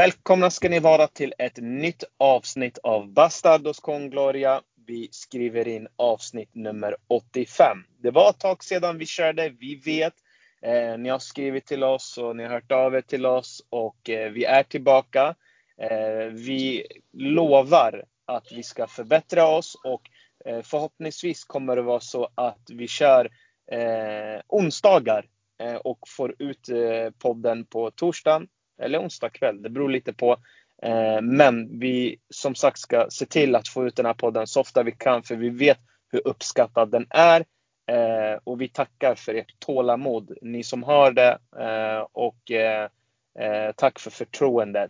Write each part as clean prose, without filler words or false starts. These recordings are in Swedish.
Välkomna ska ni vara till ett nytt avsnitt av Bastardos con Gloria. Vi skriver in avsnitt nummer 85. Det var ett tag sedan vi körde, vi vet. Ni har skrivit till oss och ni har hört av er till oss och vi är tillbaka. Vi lovar att vi ska förbättra oss och förhoppningsvis kommer det vara så att vi kör onsdagar och får ut podden på torsdagen eller onsdag kväll, det beror lite på. Men vi som sagt ska se till att få ut den här podden så ofta vi kan, för vi vet hur uppskattad den är. Och vi tackar för ert tålamod, ni som har det, och tack för förtroendet.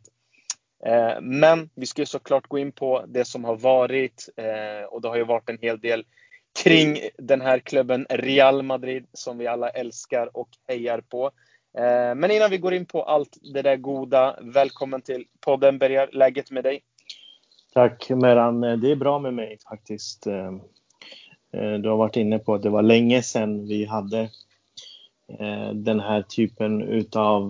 Men vi ska såklart gå in på det som har varit, och det har ju varit en hel del kring den här klubben Real Madrid som vi alla älskar och hejar på. Men innan vi går in på allt det där goda, välkommen till podden Bergar, läget med dig? Tack Meran, det är bra med mig faktiskt. Du har varit inne på att det var länge sedan vi hade den här typen utav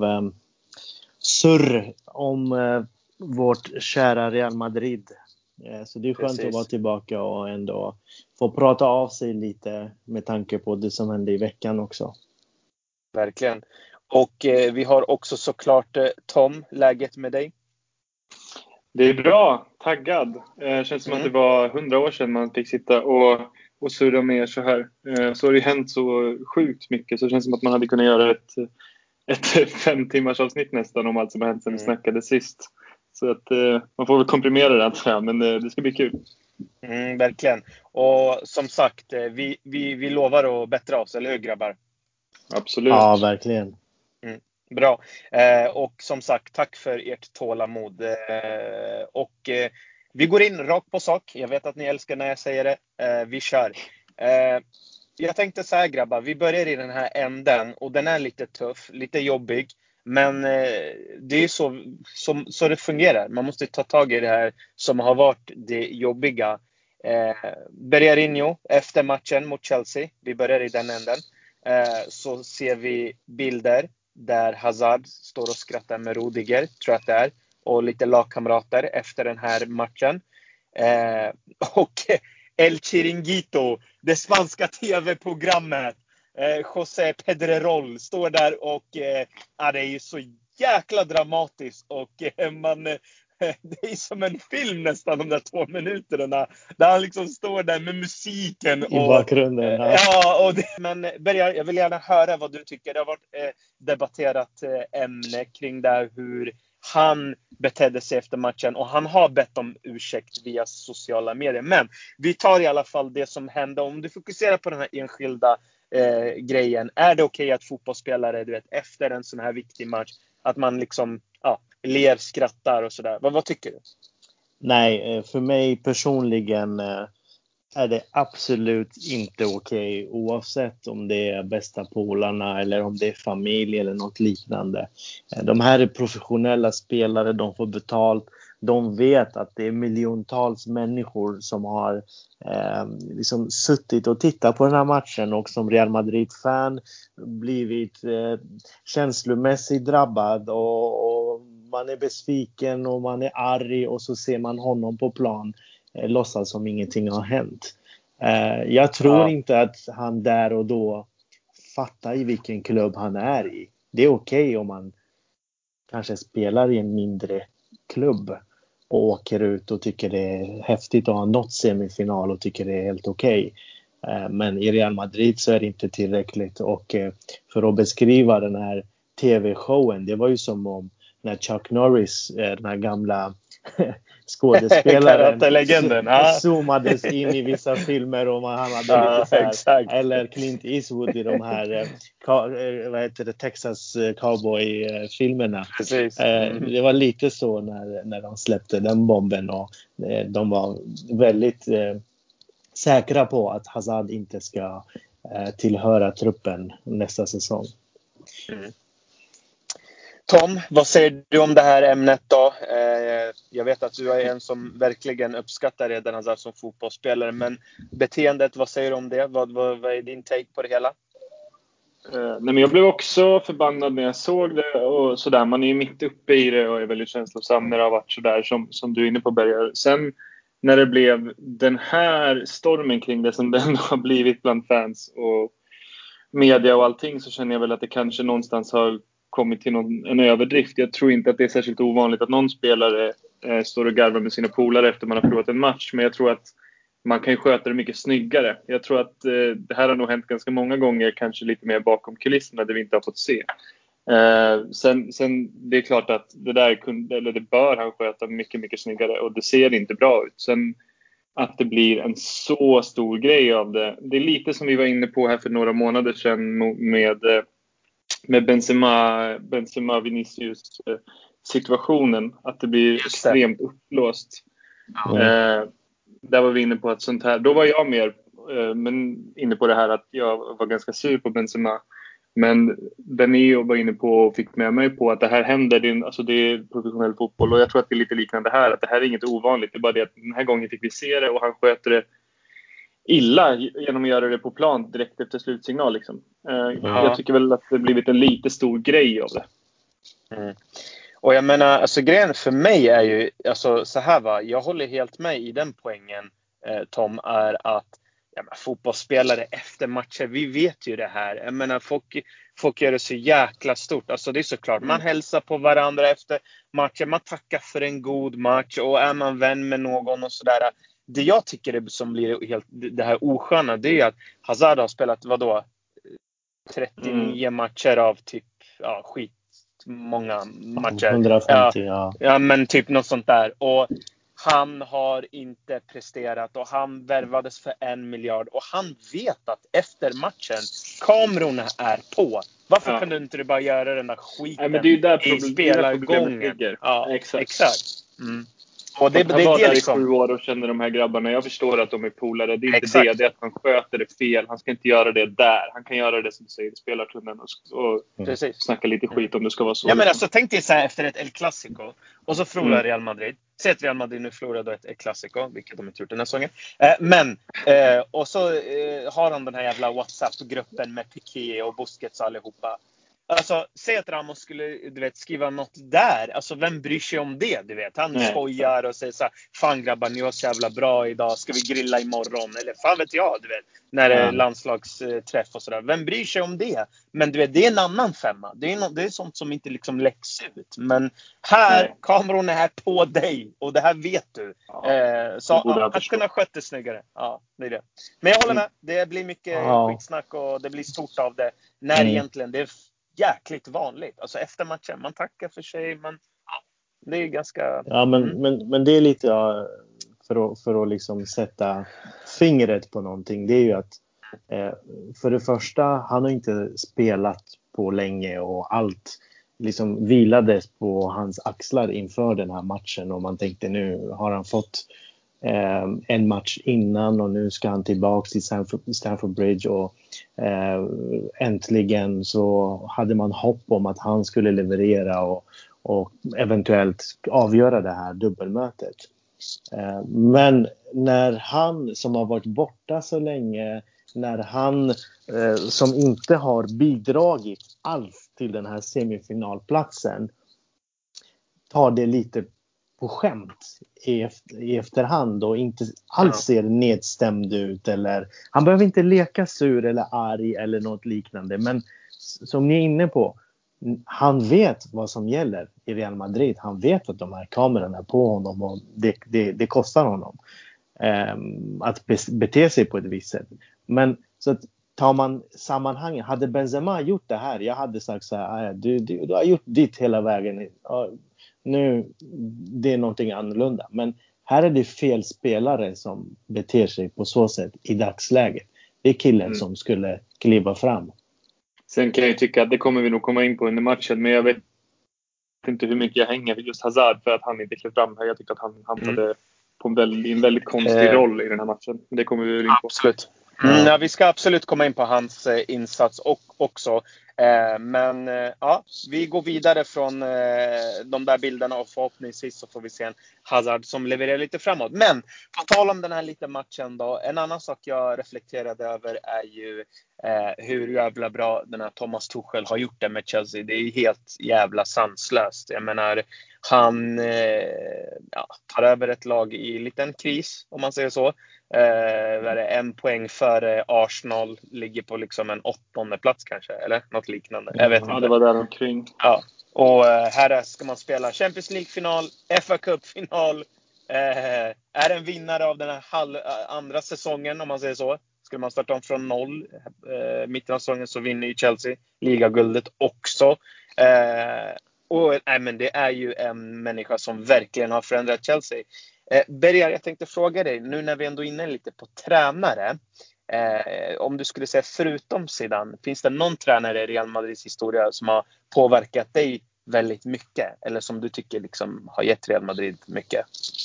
surr om vårt kära Real Madrid. Så det är skönt att vara tillbaka och ändå få prata av sig lite med tanke på det som hände i veckan också. Verkligen. Och vi har också såklart Tom, läget med dig? Det är bra, taggad. Känns som att det var 100 år sedan man fick sitta och surra med er så här. Så har det hänt så sjukt mycket, så det känns som att man hade kunnat göra ett 5 timmars avsnitt nästan om allt som har hänt sedan vi snackade sist. Så att man får väl komprimera det här, men det ska bli kul. Verkligen. Och som sagt, vi lovar att bättra oss, eller hur grabbar? Absolut. Ja, verkligen. Bra. Och som sagt, tack för ert tålamod. Och vi går in rakt på sak. Jag vet att ni älskar när jag säger det. Vi kör. Jag tänkte så här grabbar, vi börjar i den här änden och den är lite tuff, lite jobbig. Men det är så det fungerar. Man måste ta tag i det här som har varit det jobbiga. Bergarinho efter matchen mot Chelsea, vi börjar i den änden. Så ser vi bilder där Hazard står och skrattar med Rudiger, tror jag att det är, och lite lagkamrater efter den här matchen. Och El Chiringuito, det spanska tv-programmet, José Pedrerol står där och det är ju så jäkla dramatiskt och det är som en film nästan, de där 2 minuterna där han liksom står där med musiken och, i bakgrunden. Ja, men Bergar, jag vill gärna höra vad du tycker. Det har varit debatterat ämne kring det, hur han betedde sig efter matchen, och han har bett om ursäkt via sociala medier. Men vi tar i alla fall det som hände. Om du fokuserar på den här enskilda grejen, är det okej att fotbollsspelare, efter en sån här viktig match, att man liksom ler, skrattar och sådär? Vad tycker du? Nej, för mig personligen är det absolut inte okej, oavsett om det är bästa polarna eller om det är familj eller något liknande. De här är professionella spelare, de får betalt. De vet att det är miljontals människor som har liksom suttit och tittat på den här matchen och som Real Madrid-fan blivit känslomässigt drabbad och man är besviken och man är arg, och så ser man honom på plan låtsas som ingenting har hänt. Jag tror inte att han där och då fattar i vilken klubb han är i. Det är okej om man kanske spelar i en mindre klubb och åker ut och tycker det är häftigt att ha nått semifinal och tycker det är helt okej. Men i Real Madrid så är det inte tillräckligt. Och för att beskriva den här tv-showen, det var ju som om när Chuck Norris, den här gamla skådespelaren, zoomades in i vissa filmer och han hade lite så här, exakt. eller Clint Eastwood i de här Texas Cowboy-filmerna. Det var lite så när de släppte den bomben, och de var väldigt säkra på att Hazard inte ska tillhöra truppen nästa säsong. Tom, vad säger du om det här ämnet då? Jag vet att du är en som verkligen uppskattar Eden Hazard som fotbollsspelare, men beteendet, vad säger du om det? Vad är din take på det hela? Nej, men jag blev också förbannad när jag såg det och sådär. Man är ju mitt uppe i det och är väldigt känslosam när det har varit sådär som du är inne på, Berger. Sen när det blev den här stormen kring det som det ändå har blivit bland fans och media och allting, så känner jag väl att det kanske någonstans har kommit till en överdrift. Jag tror inte att det är särskilt ovanligt att någon spelare står och garvar med sina polare efter man har förlorat en match. Men jag tror att man kan ju sköta det mycket snyggare. Jag tror att det här har nog hänt ganska många gånger, kanske lite mer bakom kulisserna där vi inte har fått se. Sen det är klart att det bör han sköta mycket, mycket snyggare, och det ser inte bra ut. Sen att det blir en så stor grej av det. Det är lite som vi var inne på här för några månader sedan med Benzema Vinicius situationen, att det blir extremt uppblåst. Där var vi inne på att sånt här, då var jag mer inne på det här att jag var ganska sur på Benzema. Men Benio var inne på och fick med mig på att det här händer, alltså det är professionell fotboll, och jag tror att det är lite liknande här, att det här är inget ovanligt. Det är bara det att den här gången fick vi se det och han sköter det illa genom att göra det på plan direkt efter slutsignal liksom. Jag tycker väl att det blivit en lite stor grej av det. Och jag menar, alltså grejen för mig är ju, alltså så här va, jag håller helt med i den poängen, Tom, är att fotbollsspelare efter matcher, vi vet ju det här. Jag menar, folk gör det så jäkla stort. Alltså det är såklart, man hälsar på varandra efter matcher, man tackar för en god match, och är man vän med någon och sådär. Det jag tycker är som blir helt det här osköna, det är att Hazard har spelat 39 matcher av typ många matcher. 150, ja, men typ något sånt där. Och han har inte presterat, och han värvades för 1 miljard, och han vet att efter matchen kamerorna är på. Varför kunde inte du bara göra den där skiten? Men det är ju där i spelargången? Ja, exakt. Och det var där liksom i 7 år och känner de här grabbarna. Jag förstår att de är polare. Det är inte det är att han sköter det fel. Han ska inte göra det där. Han kan göra det som du säger i spelartunneln och snacka lite skit om det ska vara så. Ja, men alltså, tänk dig så här efter ett El Clasico, och så förlorar Real Madrid. Säg att Real Madrid nu förlorar då ett El Clasico, vilket de inte gjort den här säsongen. Och så har han den här jävla WhatsApp-gruppen med Piqué och Busquets allihopa. Alltså, säg att Ramos skulle, skriva något där. Alltså, vem bryr sig om det, du vet? Han skojar och säger så här: fan grabbar, ni var så jävla bra idag. Ska vi grilla imorgon? Eller fan vet jag, du vet. När det är landslagsträff och sådär. Vem bryr sig om det? Men du vet, det är en annan femma. Det är sånt som inte liksom läcks ut. Men här, kameran är här på dig. Och det här vet du. Så att kunna sköta snyggare. Ja, det är det. Men jag håller med. Det blir mycket skitsnack och det blir stort av det. När egentligen det är jäkligt vanligt. Alltså efter matchen, man tackar för sig, men det är ganska... Ja, men det är lite för att liksom sätta fingret på någonting. Det är ju att för det första, han har inte spelat på länge, och allt liksom vilades på hans axlar inför den här matchen, och man tänkte nu har han fått en match innan och nu ska han tillbaka till Stamford Bridge, och äntligen så hade man hopp om att han skulle leverera och eventuellt avgöra det här dubbelmötet. Men när han som har varit borta så länge, när han som inte har bidragit alls till den här semifinalplatsen, tar det lite på skämt i efterhand och inte alls ser nedstämd ut, eller han behöver inte leka sur eller arg eller något liknande, men som ni är inne på, han vet vad som gäller i Real Madrid. Han vet att de här kamerorna är på honom, och det kostar honom att bete sig på ett visst sätt. Men så att tar man sammanhangen, hade Benzema gjort det här, jag hade sagt så här: du har gjort ditt hela vägen, nu det är någonting annorlunda. Men här är det fel spelare som beter sig på så sätt i dagsläget. Det är killen som skulle kliva fram. Sen kan jag ju tycka att det kommer vi nog komma in på under matchen, men jag vet inte hur mycket jag hänger för just Hazard för att han inte klev fram här. Jag tycker att han hamnade på en väldigt konstig roll i den här matchen. Det kommer vi in på. Absolut. Ja, vi ska absolut komma in på hans insats och också. Men ja, vi går vidare från de där bilderna och förhoppningsvis så får vi se en Hazard som levererar lite framåt. Men på tal om den här lite matchen då, en annan sak jag reflekterade över är ju hur jävla bra den här Thomas Tuchel har gjort det med Chelsea. Det är helt jävla sanslöst. Jag menar, han tar över ett lag i liten kris, om man säger så. En poäng före Arsenal, ligger på liksom en 8:e plats kanske, eller något liknande. Jag vet inte. Ja, det var där omkring. Ja. Och här ska man spela Champions League-final, FA Cup-final. Är en vinnare av den här andra säsongen, om man säger så. Skulle man starta om från 0 mitten av säsongen så vinner ju Chelsea ligaguldet också. Men det är ju en människa som verkligen har förändrat Chelsea. Bergar, jag tänkte fråga dig, nu när vi ändå är inne lite på tränare. Om du skulle säga förutom Zidane, finns det någon tränare i Real Madrids historia som har påverkat dig väldigt mycket? Eller som du tycker liksom har gett Real Madrid mycket?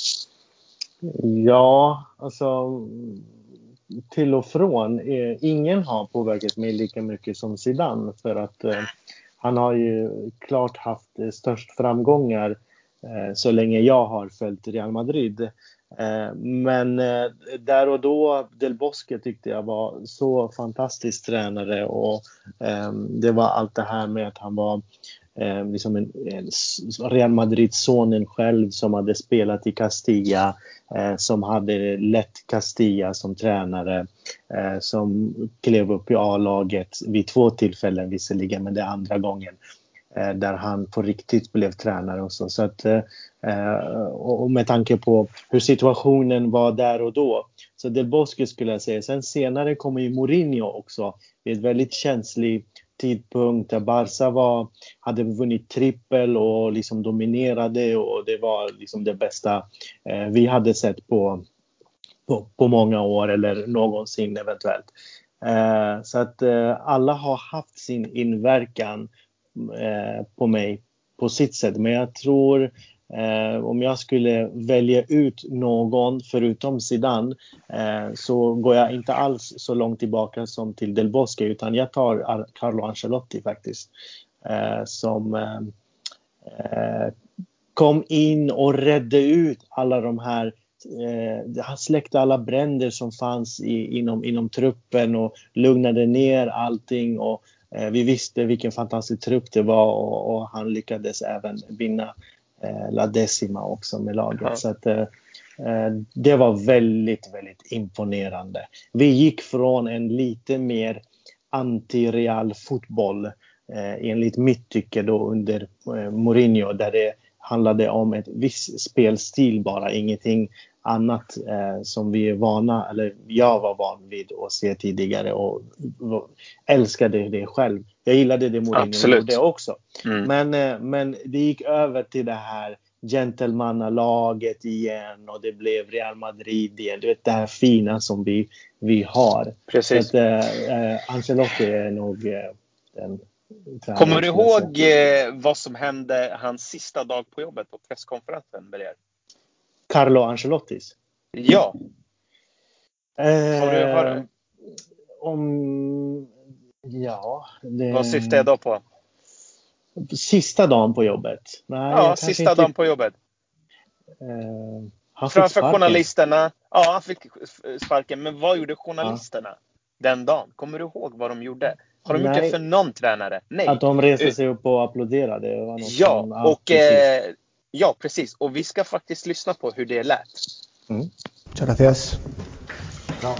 Ja, alltså till och från. Ingen har påverkat mig lika mycket som Zidane, för att han har ju klart haft störst framgångar så länge jag har följt Real Madrid. Men där och då Del Bosque tyckte jag var så fantastisk tränare, och det var allt det här med att han var liksom en Real Madrid-sonen själv som hade spelat i Castilla, som hade lett Castilla som tränare, som klev upp i A-laget vid 2 tillfällen visserligen, men det andra gången där han på riktigt blev tränare och så. Så att, och med tanke på hur situationen var där och då, så Del Bosque skulle jag säga. Sen senare kommer ju Mourinho också vid ett väldigt känslig tidpunkt där Barca hade vunnit trippel och liksom dominerade, och det var liksom det bästa vi hade sett på många år eller någonsin eventuellt. Så att alla har haft sin inverkan på mig på sitt sätt. Men jag tror om jag skulle välja ut någon förutom Zidane, så går jag inte alls så långt tillbaka som till Del Bosque, utan jag tar Carlo Ancelotti faktiskt, som kom in och räddade ut alla de här, han släckte alla bränder som fanns inom truppen och lugnade ner allting, och vi visste vilken fantastisk trupp det var, och han lyckades även vinna La Decima också med laget. Ja. Så att det var väldigt, väldigt imponerande. Vi gick från en lite mer anti-Real fotboll enligt mitt tycke då under Mourinho, där det handlade om ett viss spelstil bara, ingenting annat som vi är vana, eller jag var van vid att se tidigare, och älskade det själv. Jag gillade det Mourinho gjorde också. Men det gick över till det här gentlemannalaget igen, och det blev Real Madrid igen. Du vet, det här fina som vi har. Precis. Så att, Ancelotti är nog den. Kommer du ihåg vad som hände hans sista dag på jobbet på presskonferensen med det? Carlo Ancelottis? Ja. Vad syftar jag då på? Sista dagen på jobbet? Nej, ja, sista dagen på jobbet. Framför journalisterna. Ja, han fick sparken. Men vad gjorde journalisterna den dagen? Kommer du ihåg vad de gjorde? Har de gjort det för någon tränare? Nej. Att de reste sig upp och applåderade. Det var något ja, precis. Och vi ska faktiskt lyssna på hur det lät. Muchas gracias. Bra.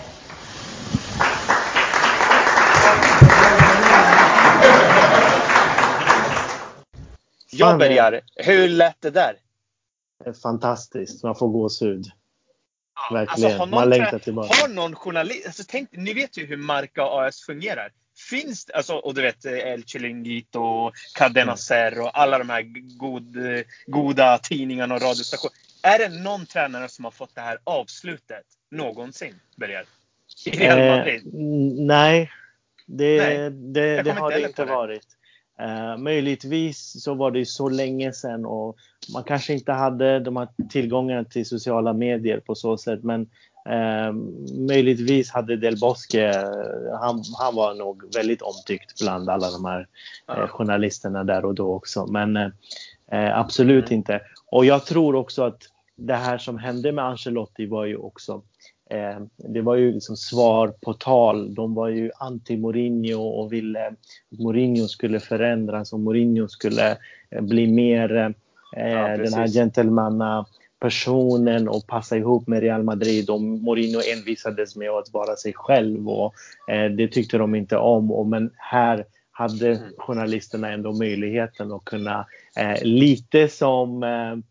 Jag börjar. Hur lät det där? Fantastiskt. Man får gåshud. Verkligen. Alltså, man längtar tillbaka. Har någon journalist, alltså, ni vet ju hur Marca och AS fungerar. Finns det, alltså, och du vet El Chiringuito och Cadena Ser och alla de här goda tidningarna och radiostationer. Är det någon tränare som har fått det här avslutet någonsin, Berger? I Real Madrid? Nej. Det har det inte varit. Möjligtvis så var det så länge sedan, och man kanske inte hade de här tillgångarna till sociala medier på så sätt, men Möjligtvis hade Del Bosque, han var nog väldigt omtyckt bland alla de här journalisterna där och då också. Men absolut inte. Och jag tror också att det här som hände med Ancelotti var ju också, det var ju liksom svar på tal. De var ju anti-Mourinho och ville att Mourinho skulle förändras och Mourinho skulle bli mer den här gentlemanna personen och passa ihop med Real Madrid. Och Mourinho envisades med att vara sig själv och det tyckte de inte om. Men här hade journalisterna ändå möjligheten att kunna lite som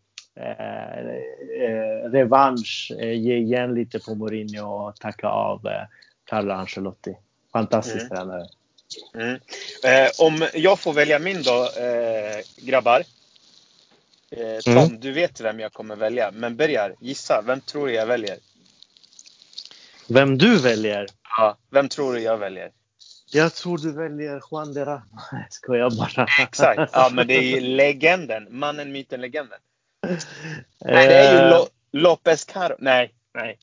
revansch ge igen lite på Mourinho och tacka av Carlo Ancelotti. Fantastisk tränare. Om jag får välja min då, grabbar. Tom, du vet vem jag kommer välja. Men börjar gissa, vem tror du jag väljer? Vem du väljer? Ja, vem tror du jag väljer? Jag tror du väljer Juan de Rama. Ska jag bara. Exakt, ja men det är ju legenden. Mannen, myten, legenden. Nej, det är ju Lopez Caro. Nej.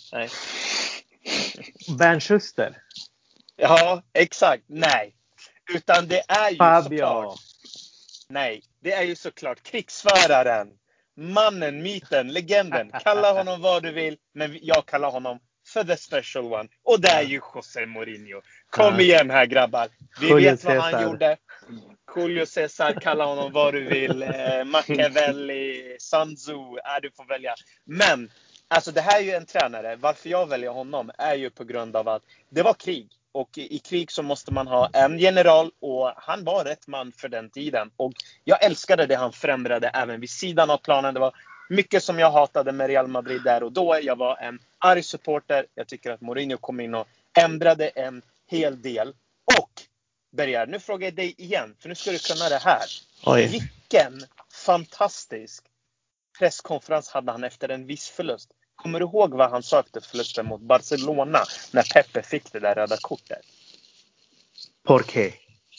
Bernd Schuster. Ja, exakt, nej. Utan det är ju Fabio. såklart. Nej, det är ju såklart krigsföraren. Mannen, myten, legenden. Kalla honom vad du vill, men jag kallar honom för the special one. Och det är ju José Mourinho. Kom igen här, grabbar. Vi Julio vet vad Cesar. han gjorde. Julio Cesar, kalla honom vad du vill. Machiavelli, Sun Tzu, du får välja. Men, alltså det här är ju en tränare. Varför jag väljer honom är ju på grund av att det var krig. Och i krig så måste man ha en general. Och han var rätt man för den tiden. Och jag älskade det han förändrade även vid sidan av planen. Det var mycket som jag hatade med Real Madrid där och då. Jag var en arg supporter. Jag tycker att Mourinho kom in och ändrade en hel del. Och Berger, nu frågar jag dig igen. För nu ska du kunna det här. Oj. Vilken fantastisk presskonferens hade han efter en viss förlust. Kommer du ihåg vad han sa efter förlusten mot Barcelona när Pepe fick det där röda kortet? Porqué.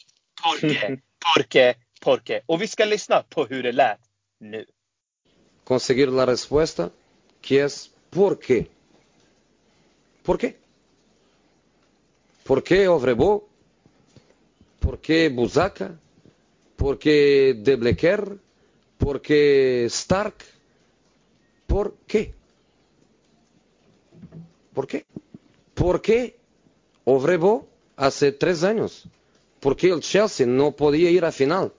Och vi ska lyssna på hur det lät nu. Conseguir la respuesta que es ¿por qué? ¿Por qué? ¿Por qué Ovrebo? ¿Por qué Buzaca? ¿Por qué De Blecker? ¿Por qué Stark? ¿Por qué? ¿Por qué? ¿Por qué Ovrebo hace 3 años? ¿Por qué el Chelsea no podía ir a final?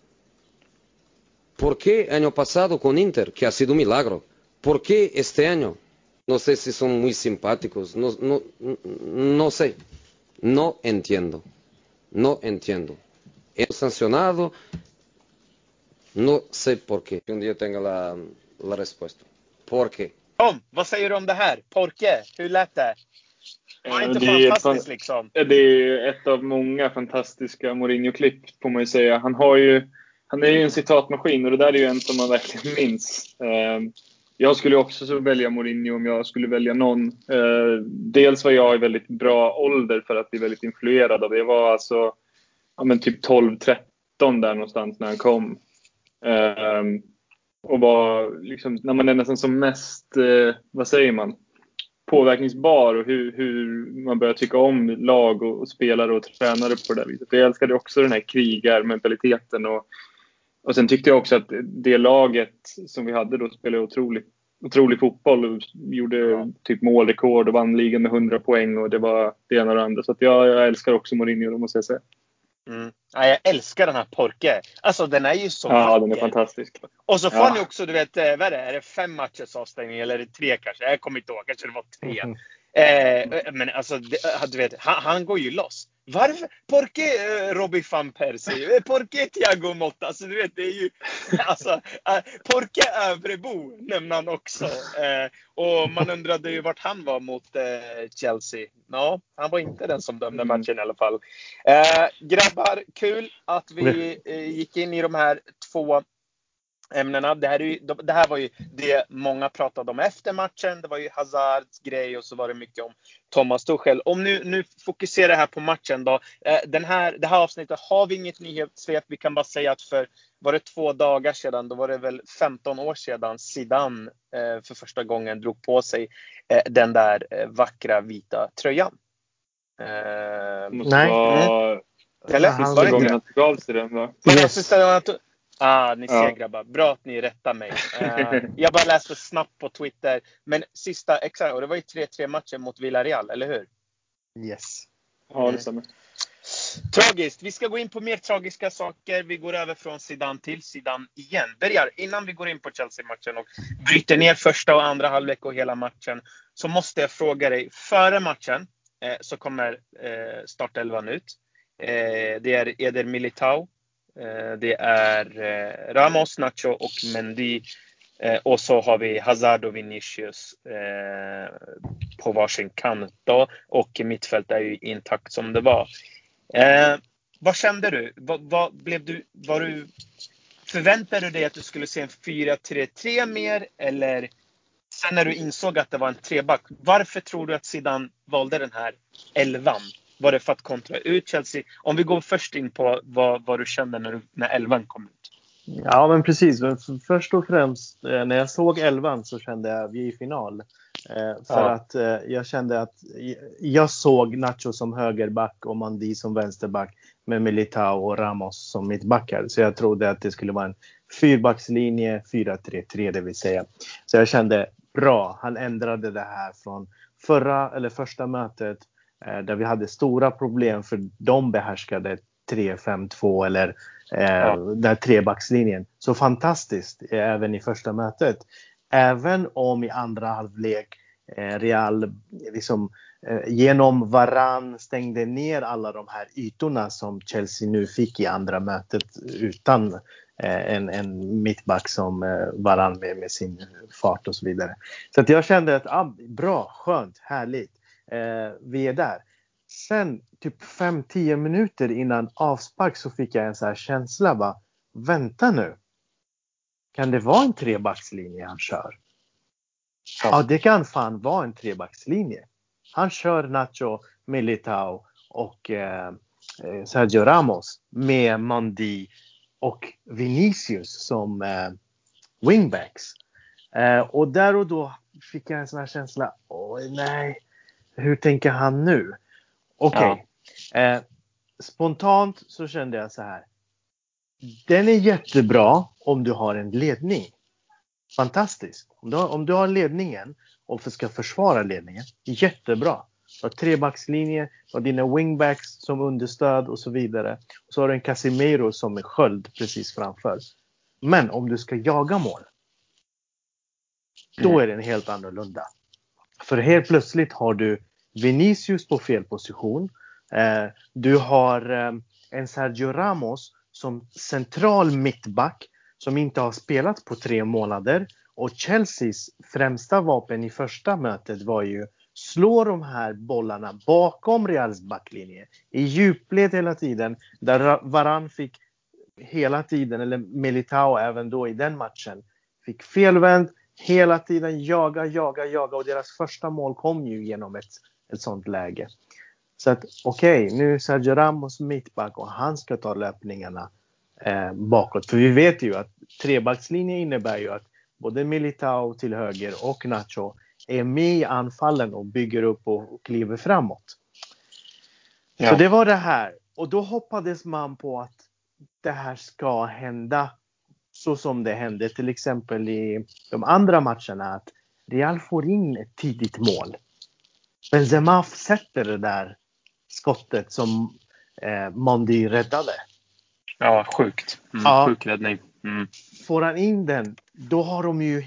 ¿Por qué año pasado con Inter, que ha sido un milagro? ¿Por qué este año? No sé si son muy simpáticos, no sé. No entiendo. He sancionado, no sé por qué. Un día tenga la respuesta. ¿Por qué? Tom, vad säger du om det här? Porke, hur lät det? Var det inte Det är fantastiskt liksom? Det är ett av många fantastiska Mourinho-klipp, får man ju säga. Han är ju en citatmaskin och det där är ju en som man verkligen minns. Jag skulle också så välja Mourinho om jag skulle välja någon. Dels var jag i väldigt bra ålder för att bli väldigt influerad av det. Jag var alltså typ 12-13 där någonstans när han kom. Och var liksom, när man är nästan som mest, vad säger man, påverkningsbar och hur man börjar tycka om lag och spelare och tränare på det där viset. Jag älskade också den här krigarmentaliteten och sen tyckte jag också att det laget som vi hade då spelade otrolig fotboll och gjorde typ målrekord och vann ligan med 100 poäng och det var det ena och det andra. Så att jag älskar också Mourinho, då måste jag säga. Ja, jag älskar den här Porke. Alltså den är ju så vacker. Den är fantastisk. Och så får ni också, du vet, vad är det 5 matchers avstängning eller är det 3 kanske? Jag kommer inte ihåg, kanske det var 3. Men alltså, du vet, han går ju loss. Varför? Porke Robby van Persie? Porke Thiago Motta? Alltså du vet, det är ju alltså, Porke Övrebo nämner han också. Och man undrade ju vart han var mot Chelsea. Ja, han var inte den som dömde matchen i alla fall. Grabbar, kul att vi gick in i de här 2 ämnena. Det här var ju det många pratade om efter matchen. Det var ju Hazards grej och så var det mycket om Thomas Tuchel. Om nu fokuserar här på matchen då. Det här avsnittet har vi inget nyhetssvep. Vi kan bara säga att för var det 2 dagar sedan, då var det väl 15 år sedan Zidane för första gången drog på sig den där vackra vita tröjan. Nej. Eller? Sista gången han tog av sig den, va? Yes. Ni ser grabbar. Bra att ni rättar mig. Jag bara läste snabbt på Twitter. Men sista, exakt, och det var ju 3-3 matcher mot Villarreal, eller hur? Yes. Ja, det stämmer. Tragiskt. Vi ska gå in på mer tragiska saker. Vi går över från Zidane till Zidane igen. Bergar, innan vi går in på Chelsea-matchen och bryter ner första och andra halvlek och hela matchen, så måste jag fråga dig. Före matchen så kommer startelvan ut. Det är Eder Militao. Det är Ramos, Nacho och Mendy. Och så har vi Hazard och Vinicius på varsin kant då. Och mittfält är ju intakt som det var. Vad kände du? Förväntade du dig att du skulle se en 4-3-3 mer? Eller sen när du insåg att det var en treback, varför tror du att Zidane valde den här 11? Var det för att kontra ut Chelsea? Om vi går först in på vad du kände när 11 kom ut. Ja, men precis. Först och främst, när jag såg 11 så kände jag att vi är i final. För att jag kände att jag såg Nacho som högerback och Mendy som vänsterback med Militao och Ramos som mittbackar. Så jag trodde att det skulle vara en 4-backslinje, 4-3-3 det vill säga. Så jag kände bra. Han ändrade det här från första mötet där vi hade stora problem för de behärskade 3-5-2 eller den 3-backslinjen. Så fantastiskt även i första mötet. Även om i andra halvlek Real liksom genom Varane stängde ner alla de här ytorna som Chelsea nu fick i andra mötet utan en mittback som Varane med sin fart och så vidare. Så att jag kände att bra, skönt, härligt. Vi är där. Sen typ 5-10 minuter innan avspark så fick jag en så här känsla. Vänta nu. Kan det vara en 3-backslinje han kör? Ja, det kan fan vara en 3-backslinje. Han kör Nacho, Militao och Sergio Ramos med Mendy och Vinicius som wingbacks. Och där och då fick jag en sån här känsla. Nej, hur tänker han nu? Okej. Spontant så kände jag så här. Den är jättebra om du har en ledning. Fantastisk. Om du har ledningen och ska försvara ledningen. Jättebra. Du har 3-backslinje, du har dina wingbacks som understöd och så vidare. Och så har du en Casemiro som är sköld precis framför. Men om du ska jaga mål. Då är den helt annorlunda. För helt plötsligt har du Vinicius på fel position. Du har en Sergio Ramos som central mittback som inte har spelat på 3 månader. Och Chelseas främsta vapen i första mötet var ju slå de här bollarna bakom Reals backlinje. I djupled hela tiden. Där Varane fick hela tiden, eller Militao även då i den matchen, fick felvänd. Hela tiden jaga. Och deras första mål kom ju genom ett sånt läge. Så att nu är Sergio Ramos mittback och han ska ta löpningarna bakåt. För vi vet ju att 3-backslinjen innebär ju att både Militao till höger och Nacho är med i anfallen och bygger upp och kliver framåt. Ja. Så det var det här. Och då hoppades man på att det här ska hända så som det hände till exempel i de andra matcherna. Att Real får in ett tidigt mål. Benzema sätter det där skottet som Mendy räddade. Ja, sjukt. Sjuk räddning. Får han in den, då har de ju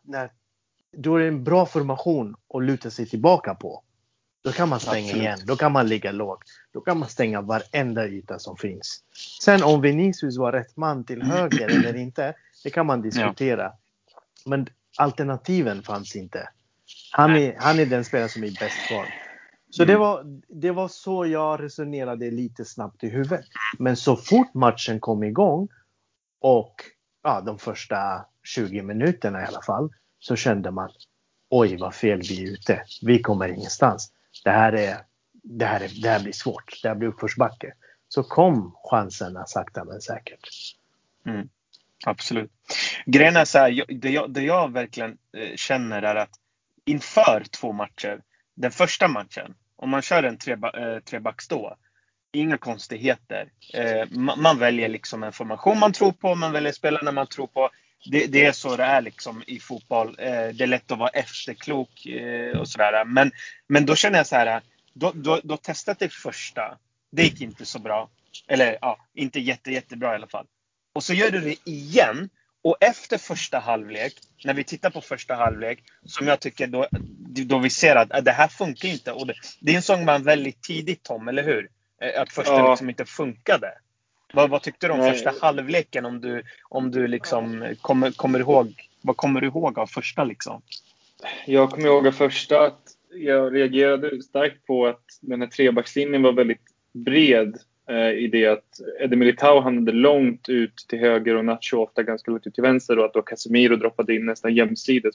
då är det en bra formation att luta sig tillbaka på. Då kan man stänga igen, då kan man ligga lågt. Då kan man stänga varenda yta som finns. Sen om Vinicius var rätt man till höger eller inte, det kan man diskutera. Ja. Men alternativen fanns inte. Han är den spelare som är i bäst form. Så det var så jag resonerade lite snabbt i huvudet. Men så fort matchen kom igång och de första 20 minuterna i alla fall, så kände man, oj vad fel vi är ute. Vi kommer ingenstans. Det här blir svårt. Det här blir uppförsbacke. Så kom chanserna sakta men säkert. Absolut. Grejen är så här, det jag verkligen känner är att inför 2 matcher, den första matchen, om man kör en treback då, inga konstigheter. Man väljer liksom en formation man tror på, man väljer spelarna man tror på. Det är så det är liksom i fotboll. Det är lätt att vara efterklok och sådär. Men då känner jag så här, då testat det första. Det gick inte så bra. Eller ja, inte jättebra i alla fall. Och så gör du det igen. Och efter första halvlek, när vi tittar på första halvlek, som jag tycker då vi ser att det här funkar inte. Och det är en sång man väldigt tidigt, Tom, eller hur? Att första liksom inte funkade. Vad tyckte du om första halvleken? Om du liksom kommer ihåg, vad kommer du ihåg av första liksom? Jag kommer ihåg av första att jag reagerade starkt på att den här trebackslinjen var väldigt bred, i det att Eder Militao hamnade långt ut till höger och Nacho ofta ganska långt ut till vänster, och att då Casemiro droppade in nästan jämsides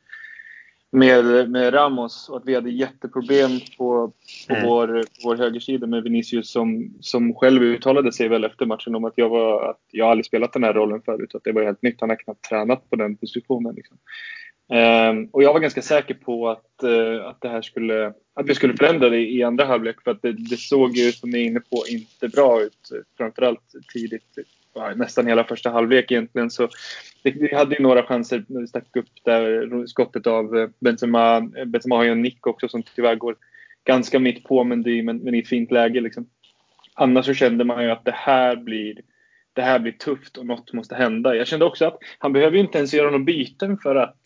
med Ramos, och att vi hade jätteproblem på vår högersida med Vinicius som själv uttalade sig väl efter matchen om att jag aldrig spelat den här rollen förut, att det var helt nytt, han har knappt tränat på den positionen liksom. Och jag var ganska säker på att vi skulle förändra det i andra halvlek, för att det såg ju, som ni är inne på, inte bra ut, framförallt tidigt, nästan hela första halvlek egentligen. Så vi hade ju några chanser när vi stack upp där skottet av Benzema har ju en nick också som tyvärr går ganska mitt på, men i ett fint läge liksom. Annars så kände man ju att det här blir tufft och något måste hända. Jag kände också att han behöver ju inte ens göra någon byten för att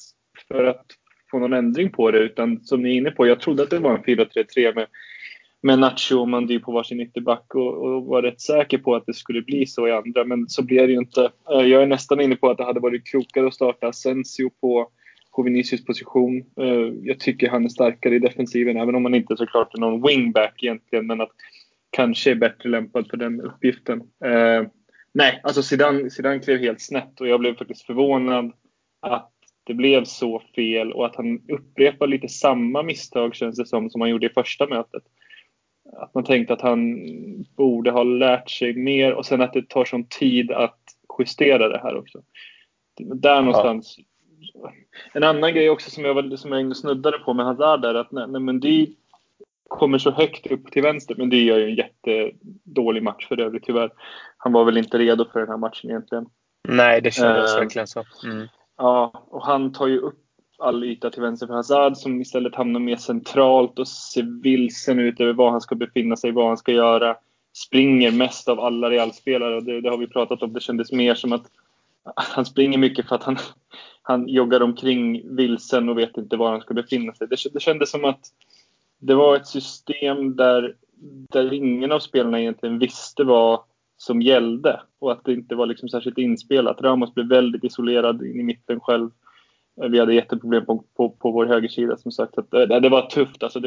få någon ändring på det, utan som ni är inne på, jag trodde att det var en 4-3-3 med Nacho och Mandy på varsin ytterback och var rätt säker på att det skulle bli så i andra, men så blev det ju inte. Jag är nästan inne på att det hade varit klokare att starta Asensio på Vinicius position. Jag tycker han är starkare i defensiven, även om han inte såklart är någon wingback egentligen, men att kanske är bättre lämpad för den uppgiften. Nej, alltså Zidane klev helt snett, och jag blev faktiskt förvånad att det blev så fel, och att han upprepar lite samma misstag, känns det som han gjorde i första mötet. Att man tänkte att han borde ha lärt sig mer, och sen att det tar sån tid att justera det här också. Där någonstans. Ja. En annan grej också som jag snuddade på med Hazard är att när Mendy kommer så högt upp till vänster, men det gör ju en jättedålig match för övrigt tyvärr. Han var väl inte redo för den här matchen egentligen. Nej, det kändes verkligen så. Ja, och han tar ju upp all yta till vänster för Hazard, som istället hamnar mer centralt och ser vilsen ut över var han ska befinna sig, vad han ska göra. Springer mest av alla Real-spelare, och det har vi pratat om. Det kändes mer som att han springer mycket för att han joggar omkring vilsen och vet inte var han ska befinna sig. Det kändes som att det var ett system där ingen av spelarna egentligen visste vad som gällde, och att det inte var liksom särskilt inspelat. Ramos blev väldigt isolerad in i mitten själv. Vi hade jätteproblem på vår högersida, som sagt. Att det var tufft. Alltså det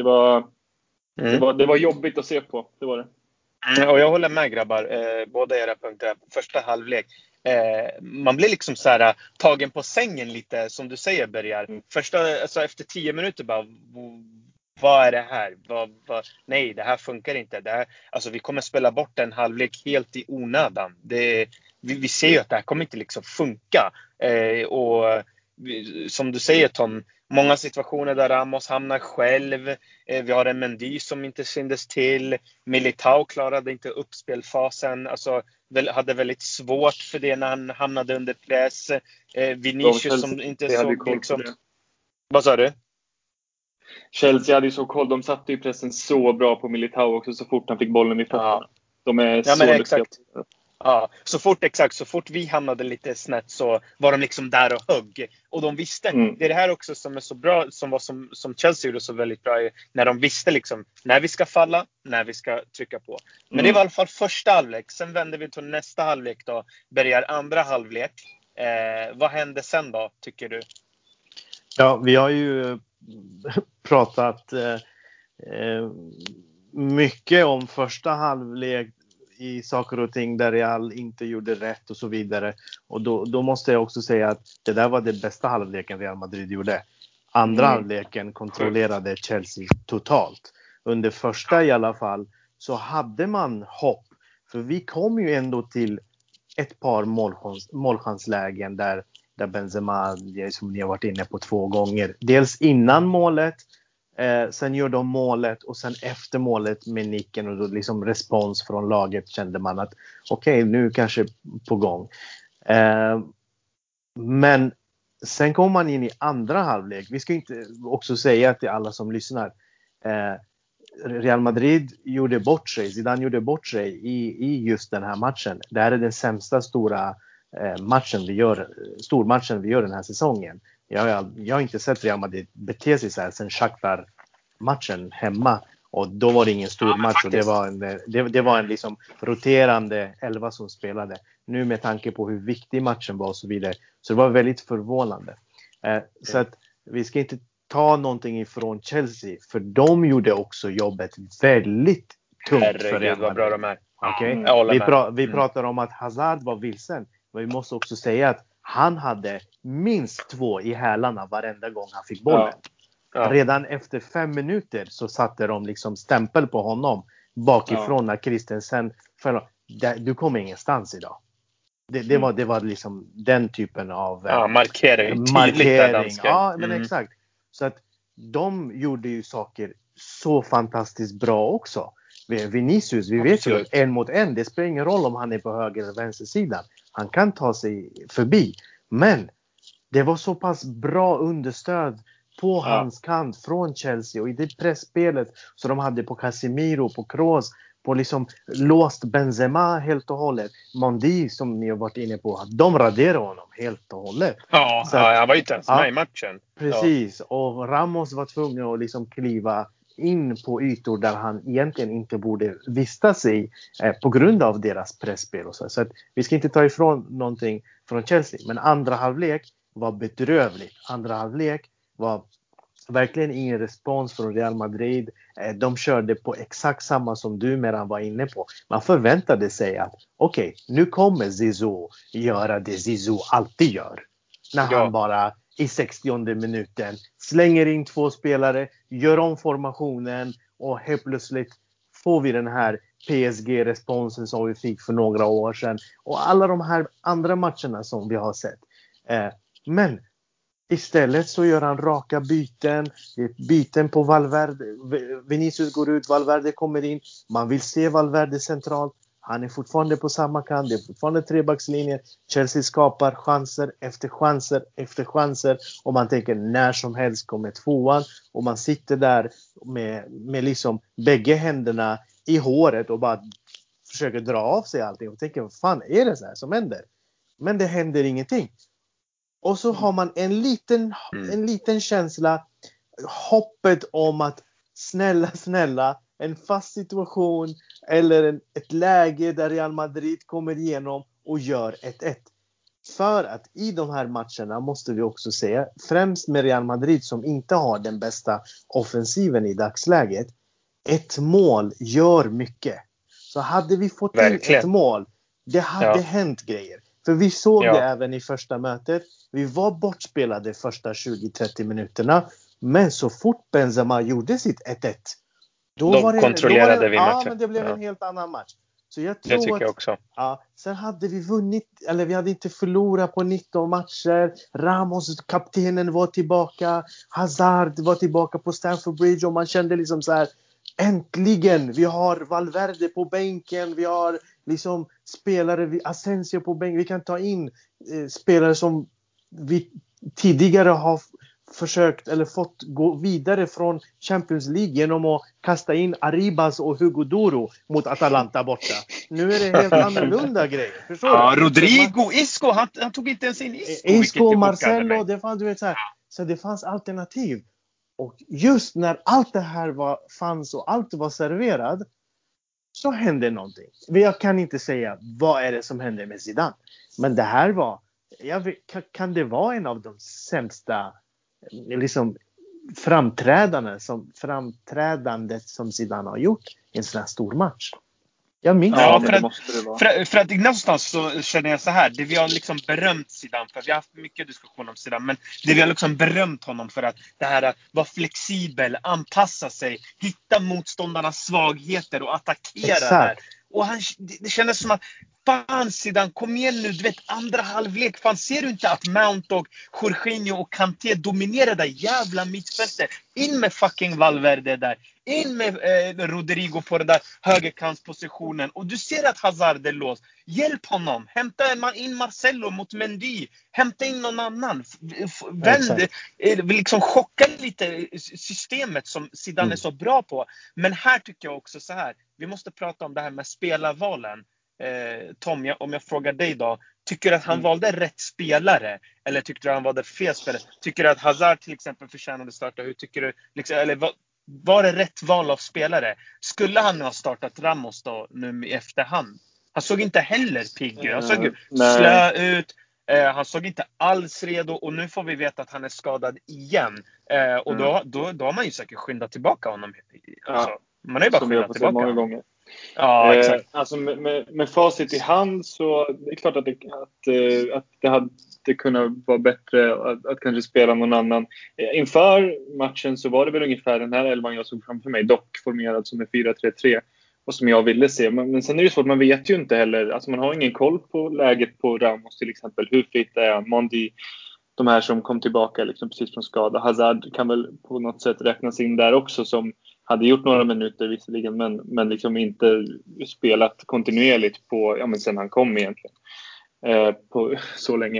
var jobbigt att se på. Det var det. Och jag håller med, grabbar. Båda era punkter. Första halvlek. Man blir liksom så här tagen på sängen lite, som du säger, Bergar. Alltså efter 10 minuter bara, vad är det här? Nej, det här funkar inte. Alltså vi kommer spela bort en halvlek helt i onödan. Vi ser ju att det här kommer inte liksom funka. Och som du säger, Tom, många situationer där Ramos hamnar själv. Vi har en Mendy som inte syndes till. Militao klarade inte uppspelfasen. Alltså hade väldigt svårt för det när han hamnade under press. Vinicius som inte såg liksom... Vad sa du? Chelsea hade ju så koll. De satte ju pressen så bra på Militao också så fort han fick bollen i fötterna. Ja. De är så exakt. Ja, så fort vi hamnade lite snett så var de liksom där och högg. Och de visste, det är det här också som är så bra, som Chelsea gjorde så väldigt bra, när de visste liksom när vi ska falla, när vi ska trycka på. Men det var i alla fall första halvlek. Sen vände vi till nästa halvlek då, börjar andra halvlek. Vad hände sen då, tycker du? Ja, vi har ju pratat mycket om första halvlek i saker och ting där Real inte gjorde rätt och så vidare. Och då måste jag också säga att det där var det bästa halvleken Real Madrid gjorde. Andra halvleken kontrollerade Chelsea totalt. Under första i alla fall så hade man hopp. För vi kom ju ändå till ett par målchanslägen där Benzema, som ni har varit inne på 2 gånger. Dels innan målet, sen gör de målet och sen efter målet med nicken och då liksom respons från laget kände man att okej, nu kanske på gång. Men sen kommer man in i andra halvlek. Vi ska inte också säga till alla som lyssnar, Real Madrid gjorde bort sig. Zidane gjorde bort sig i just den här matchen. Det här är den sämsta stormatchen vi gör den här säsongen. Jag har inte sett Real Madrid bete sig så här sen Shakhtar-matchen hemma. Och då var det ingen stor match och det var en liksom roterande 11 som spelade. Nu med tanke på hur viktig matchen var och så vidare. Så det var väldigt förvånande. Så att vi ska inte ta någonting ifrån Chelsea. För de gjorde också jobbet väldigt tungt för Real Madrid. Vad bra de är. Okay? Vi pratar om att Hazard var vilsen. Men vi måste också säga att han hade minst 2 i hälarna varenda gång han fick bollen. Ja. Redan efter 5 minuter så satte de liksom stämpel på honom bakifrån när Christensen du kommer ingenstans idag. Det var liksom den typen av markering. Ja, men exakt. Så att de gjorde ju saker så fantastiskt bra också. Vinicius, vi vet ju att 1 mot 1, det spelar ingen roll om han är på höger eller vänster sidan. Han kan ta sig förbi. Men det var så pass bra understöd på hans kant från Chelsea och i det pressspelet så de hade på Casemiro, på Kroos, på liksom låst Benzema helt och hållet. Mondi som ni har varit inne på, de raderade honom helt och hållet. Så att, han var ju inte ens med i matchen. Precis, och Ramos var tvungen att liksom kliva in på ytor där han egentligen inte borde vistas i på grund av deras pressspel och så att vi ska inte ta ifrån någonting från Chelsea, men andra halvlek var bedrövligt. Andra halvlek var verkligen ingen respons från Real Madrid. De körde på exakt samma som du medan var inne på. Man förväntade sig att okej, nu kommer Zizou göra det Zizou alltid gör. När han bara i 60:e minuten slänger in 2 spelare, gör om formationen och helt plötsligt får vi den här PSG-responsen som vi fick för några år sedan. Och alla de här andra matcherna som vi har sett. Men istället så gör han raka byten på Valverde. Vinicius går ut, Valverde kommer in. Man vill se Valverde centralt. Han är fortfarande på samma kant. Det är fortfarande 3-backslinjen. Chelsea skapar chanser efter chanser efter chanser. Och man tänker när som helst kommer 2:an. Och man sitter där med liksom bägge händerna i håret och bara försöker dra av sig allting. Och tänker, vad fan är det så här som händer? Men det händer ingenting. Och så har man en liten känsla, hoppet om att snälla, en fast situation eller ett läge där Real Madrid kommer igenom och gör 1-1. För att i de här matcherna måste vi också säga, främst med Real Madrid som inte har den bästa offensiven i dagsläget, ett mål gör mycket. Så hade vi fått in ett mål, det hade hänt grejer. För vi såg det även i första mötet. Vi var bortspelade första 20-30 minuterna. Men så fort Benzema gjorde sitt 1-1. Då kontrollerade vi matchen. Ja, men det blev en helt annan match. Så jag tror det tycker jag också. Ja, sen hade vi vunnit, eller vi hade inte förlorat på 19 matcher. Ramos, kaptenen, var tillbaka. Hazard var tillbaka på Stamford Bridge. Och man kände liksom så här, äntligen, vi har Valverde på bänken. Vi har liksom spelare, Asensio på bänken. Vi kan ta in spelare som vi tidigare har försökt eller fått gå vidare från Champions League genom att kasta in Arribas och Hugo Duro mot Atalanta borta. Nu är det helt annorlunda grejer. Förstår du? Rodrigo, Isco, han tog inte ens in Isco, Marcelo, det fanns, du vet, så det fanns alternativ. Och just när allt det här fanns och allt var serverat, så hände någonting. Jag kan inte säga vad är det som hände med Zidane. Men det här var, kan det vara en av de sämsta liksom framträdandet som Zidane har gjort i en sån här stor match? Jag minns för att någonstans så känner jag så här, det vi har liksom berömt Zidane för, vi har haft mycket diskussion om Zidane, men det vi har liksom berömt honom för att det här vara flexibel, anpassa sig, hitta motståndarnas svagheter och attackera där. Och det kändes som att Fan Zidane, kom igen nu, du vet andra halvlek. Fan, ser du inte att Mount och Jorginho och Kanté dominerar där jävla mittfältet? In med fucking Valverde där. In med Rodrigo på den där högerkantspositionen. Och du ser att Hazard är låst. Hjälp honom. Hämta in Marcelo mot Mendy. Hämta in någon annan. Vänd, liksom chocka lite systemet som Zidane är så bra på. Men här tycker jag också så här. Vi måste prata om det här med spelarvalen. Tom, om jag frågar dig då, tycker du att han valde rätt spelare eller tyckte du att han valde fel spelare? Tycker du att Hazard till exempel förtjänade att starta? Hur tycker du liksom, eller var det rätt val av spelare? Skulle han ha startat Ramos då nu i efterhand? Han såg inte heller pigg ut. Han såg slö ut. Han såg inte alls redo och nu får vi veta att han är skadad igen. Och då har man ju säkert skyndat tillbaka honom. Alltså, man har ju bara skyndat tillbaka många gånger. Ja, exakt. Alltså med facit i hand så det är klart att det hade kunnat vara bättre att kanske spela någon annan. Inför matchen så var det väl ungefär den här elvan jag såg framför mig, dock formerad som en 4-3-3 och som jag ville se. Men sen är det svårt, man vet ju inte heller. Alltså man har ingen koll på läget på Ramos till exempel. Hur fit är han? Mondi, de här som kom tillbaka liksom precis från skada. Hazard kan väl på något sätt räknas in där också, som hade gjort några minuter visserligen, men liksom inte spelat kontinuerligt på, men sen han kom egentligen på så länge.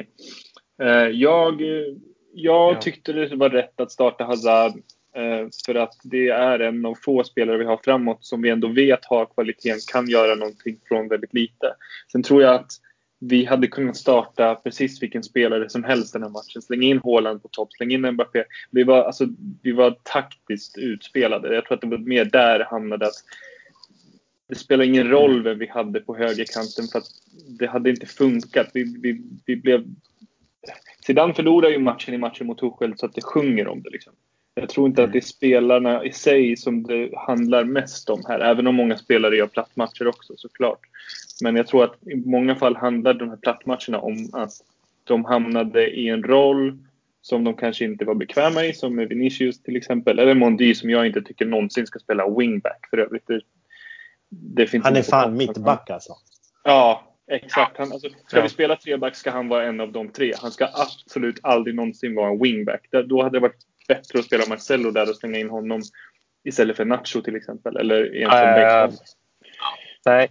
Jag tyckte det var rätt att starta Hazard för att det är en av få spelare vi har framåt som vi ändå vet har kvaliteten, kan göra någonting från väldigt lite. Sen tror jag att vi hade kunnat starta precis vilken spelare som helst den här matchen. Slänga in Haaland på topp, slänga in Mbappé. Vi var taktiskt utspelade. Jag tror att det var mer där det hamnade, att det spelar ingen roll vem vi hade på högerkanten för att det hade inte funkat. Vi blev... Zidane förlorade ju matchen i matchen mot Tuchel så att det sjunger om det liksom. Jag tror inte att det är spelarna i sig som det handlar mest om här. Även om många spelare gör plattmatcher också såklart. Men jag tror att i många fall handlar de här plattmatcherna om att de hamnade i en roll som de kanske inte var bekväma i. Som med Vinicius till exempel. Eller Mondi som jag inte tycker någonsin ska spela wingback för övrigt. Det finns han är fan mittback alltså. Ja, exakt. Ska vi spela treback ska han vara en av de tre. Han ska absolut aldrig någonsin vara en wingback. Då hade det varit bättre att spela Marcelo där och slänga in honom istället för Nacho till exempel. Eller egentligen Nej.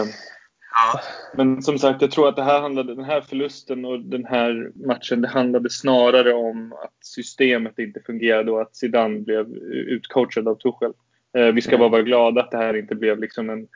Men som sagt, jag tror att den här förlusten och den här matchen, det handlade snarare om att systemet inte fungerade och att Zidane blev utcoachad av Tuchel. Vi ska bara vara glada att det här inte blev liksom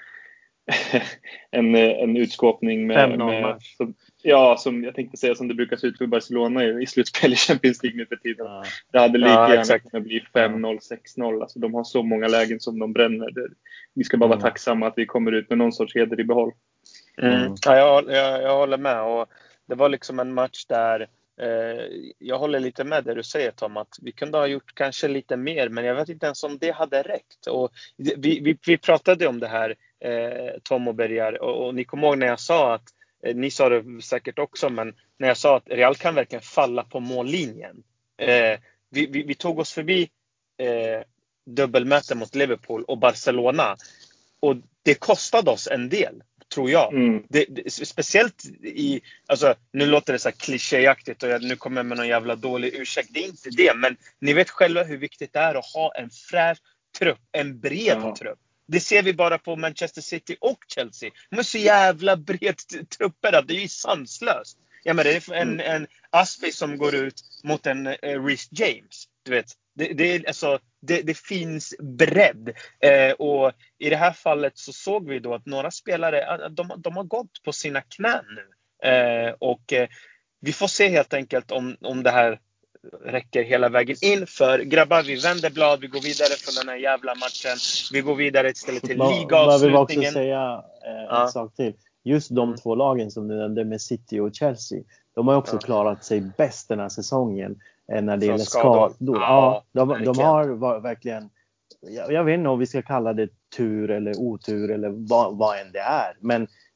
en utskåpning med som jag tänkte säga, som det brukar se ut för Barcelona i slutspel i Champions League nu för tiden. Det hade lika gärna kunnat bli 5-0, 6-0. Alltså, de har så många lägen som de bränner. Vi ska bara vara tacksamma att vi kommer ut med någon sorts heder i behåll. Ja, jag håller med. Och det var liksom en match där jag håller lite med det du säger Tom, att vi kunde ha gjort kanske lite mer, men jag vet inte ens om det hade räckt. Och vi pratade om det här Tom och Bergar, och ni kommer ihåg när jag sa att ni sa det säkert också, men när jag sa att Real kan verkligen falla på mållinjen. Vi tog oss förbi dubbelmöten mot Liverpool och Barcelona, och det kostade oss en del, tror jag. Speciellt i, alltså nu låter det så här klichéaktigt och nu kommer jag med någon jävla dålig ursäkt. Det är inte det, men ni vet själva hur viktigt det är att ha en fräsch trupp, en bred trupp. Det ser vi bara på Manchester City och Chelsea. De är så jävla bred trupper att det är ju sanslöst. Ja, men det är en Aspi som går ut mot en Reece James. Du vet, det finns bredd. Och i det här fallet så såg vi då att några spelare, de har gått på sina knän nu. Och vi får se helt enkelt om det här räcker hela vägen in. För grabbar, vi vänder blad, vi går vidare från den här jävla matchen. Vi går vidare istället till ligaavslutningen. Jag vill också säga en sak till. Just de två lagen som du nämnde med City och Chelsea, de har också klarat sig bäst den här säsongen när det gäller skador. De har verkligen, jag vet inte om vi ska kalla det tur eller otur eller vad än det är. Men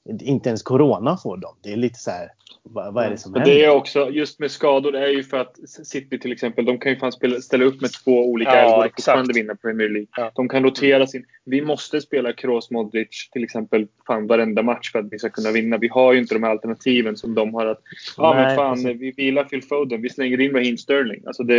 inte ens corona får dem. Det är lite så här, vad är det som Men händer? det är också, just med skador är ju för att City till exempel, de kan ju fan ställa upp med 2 olika elgor och fortfarande vinna Premier League. Ja. De kan rotera vi måste spela Kroos, Modric till exempel fan varenda match för att vi ska kunna vinna. Vi har ju inte de här alternativen som de har att men fan, precis. Vi vilar Phil Foden, vi slänger in Raheem Sterling. Alltså det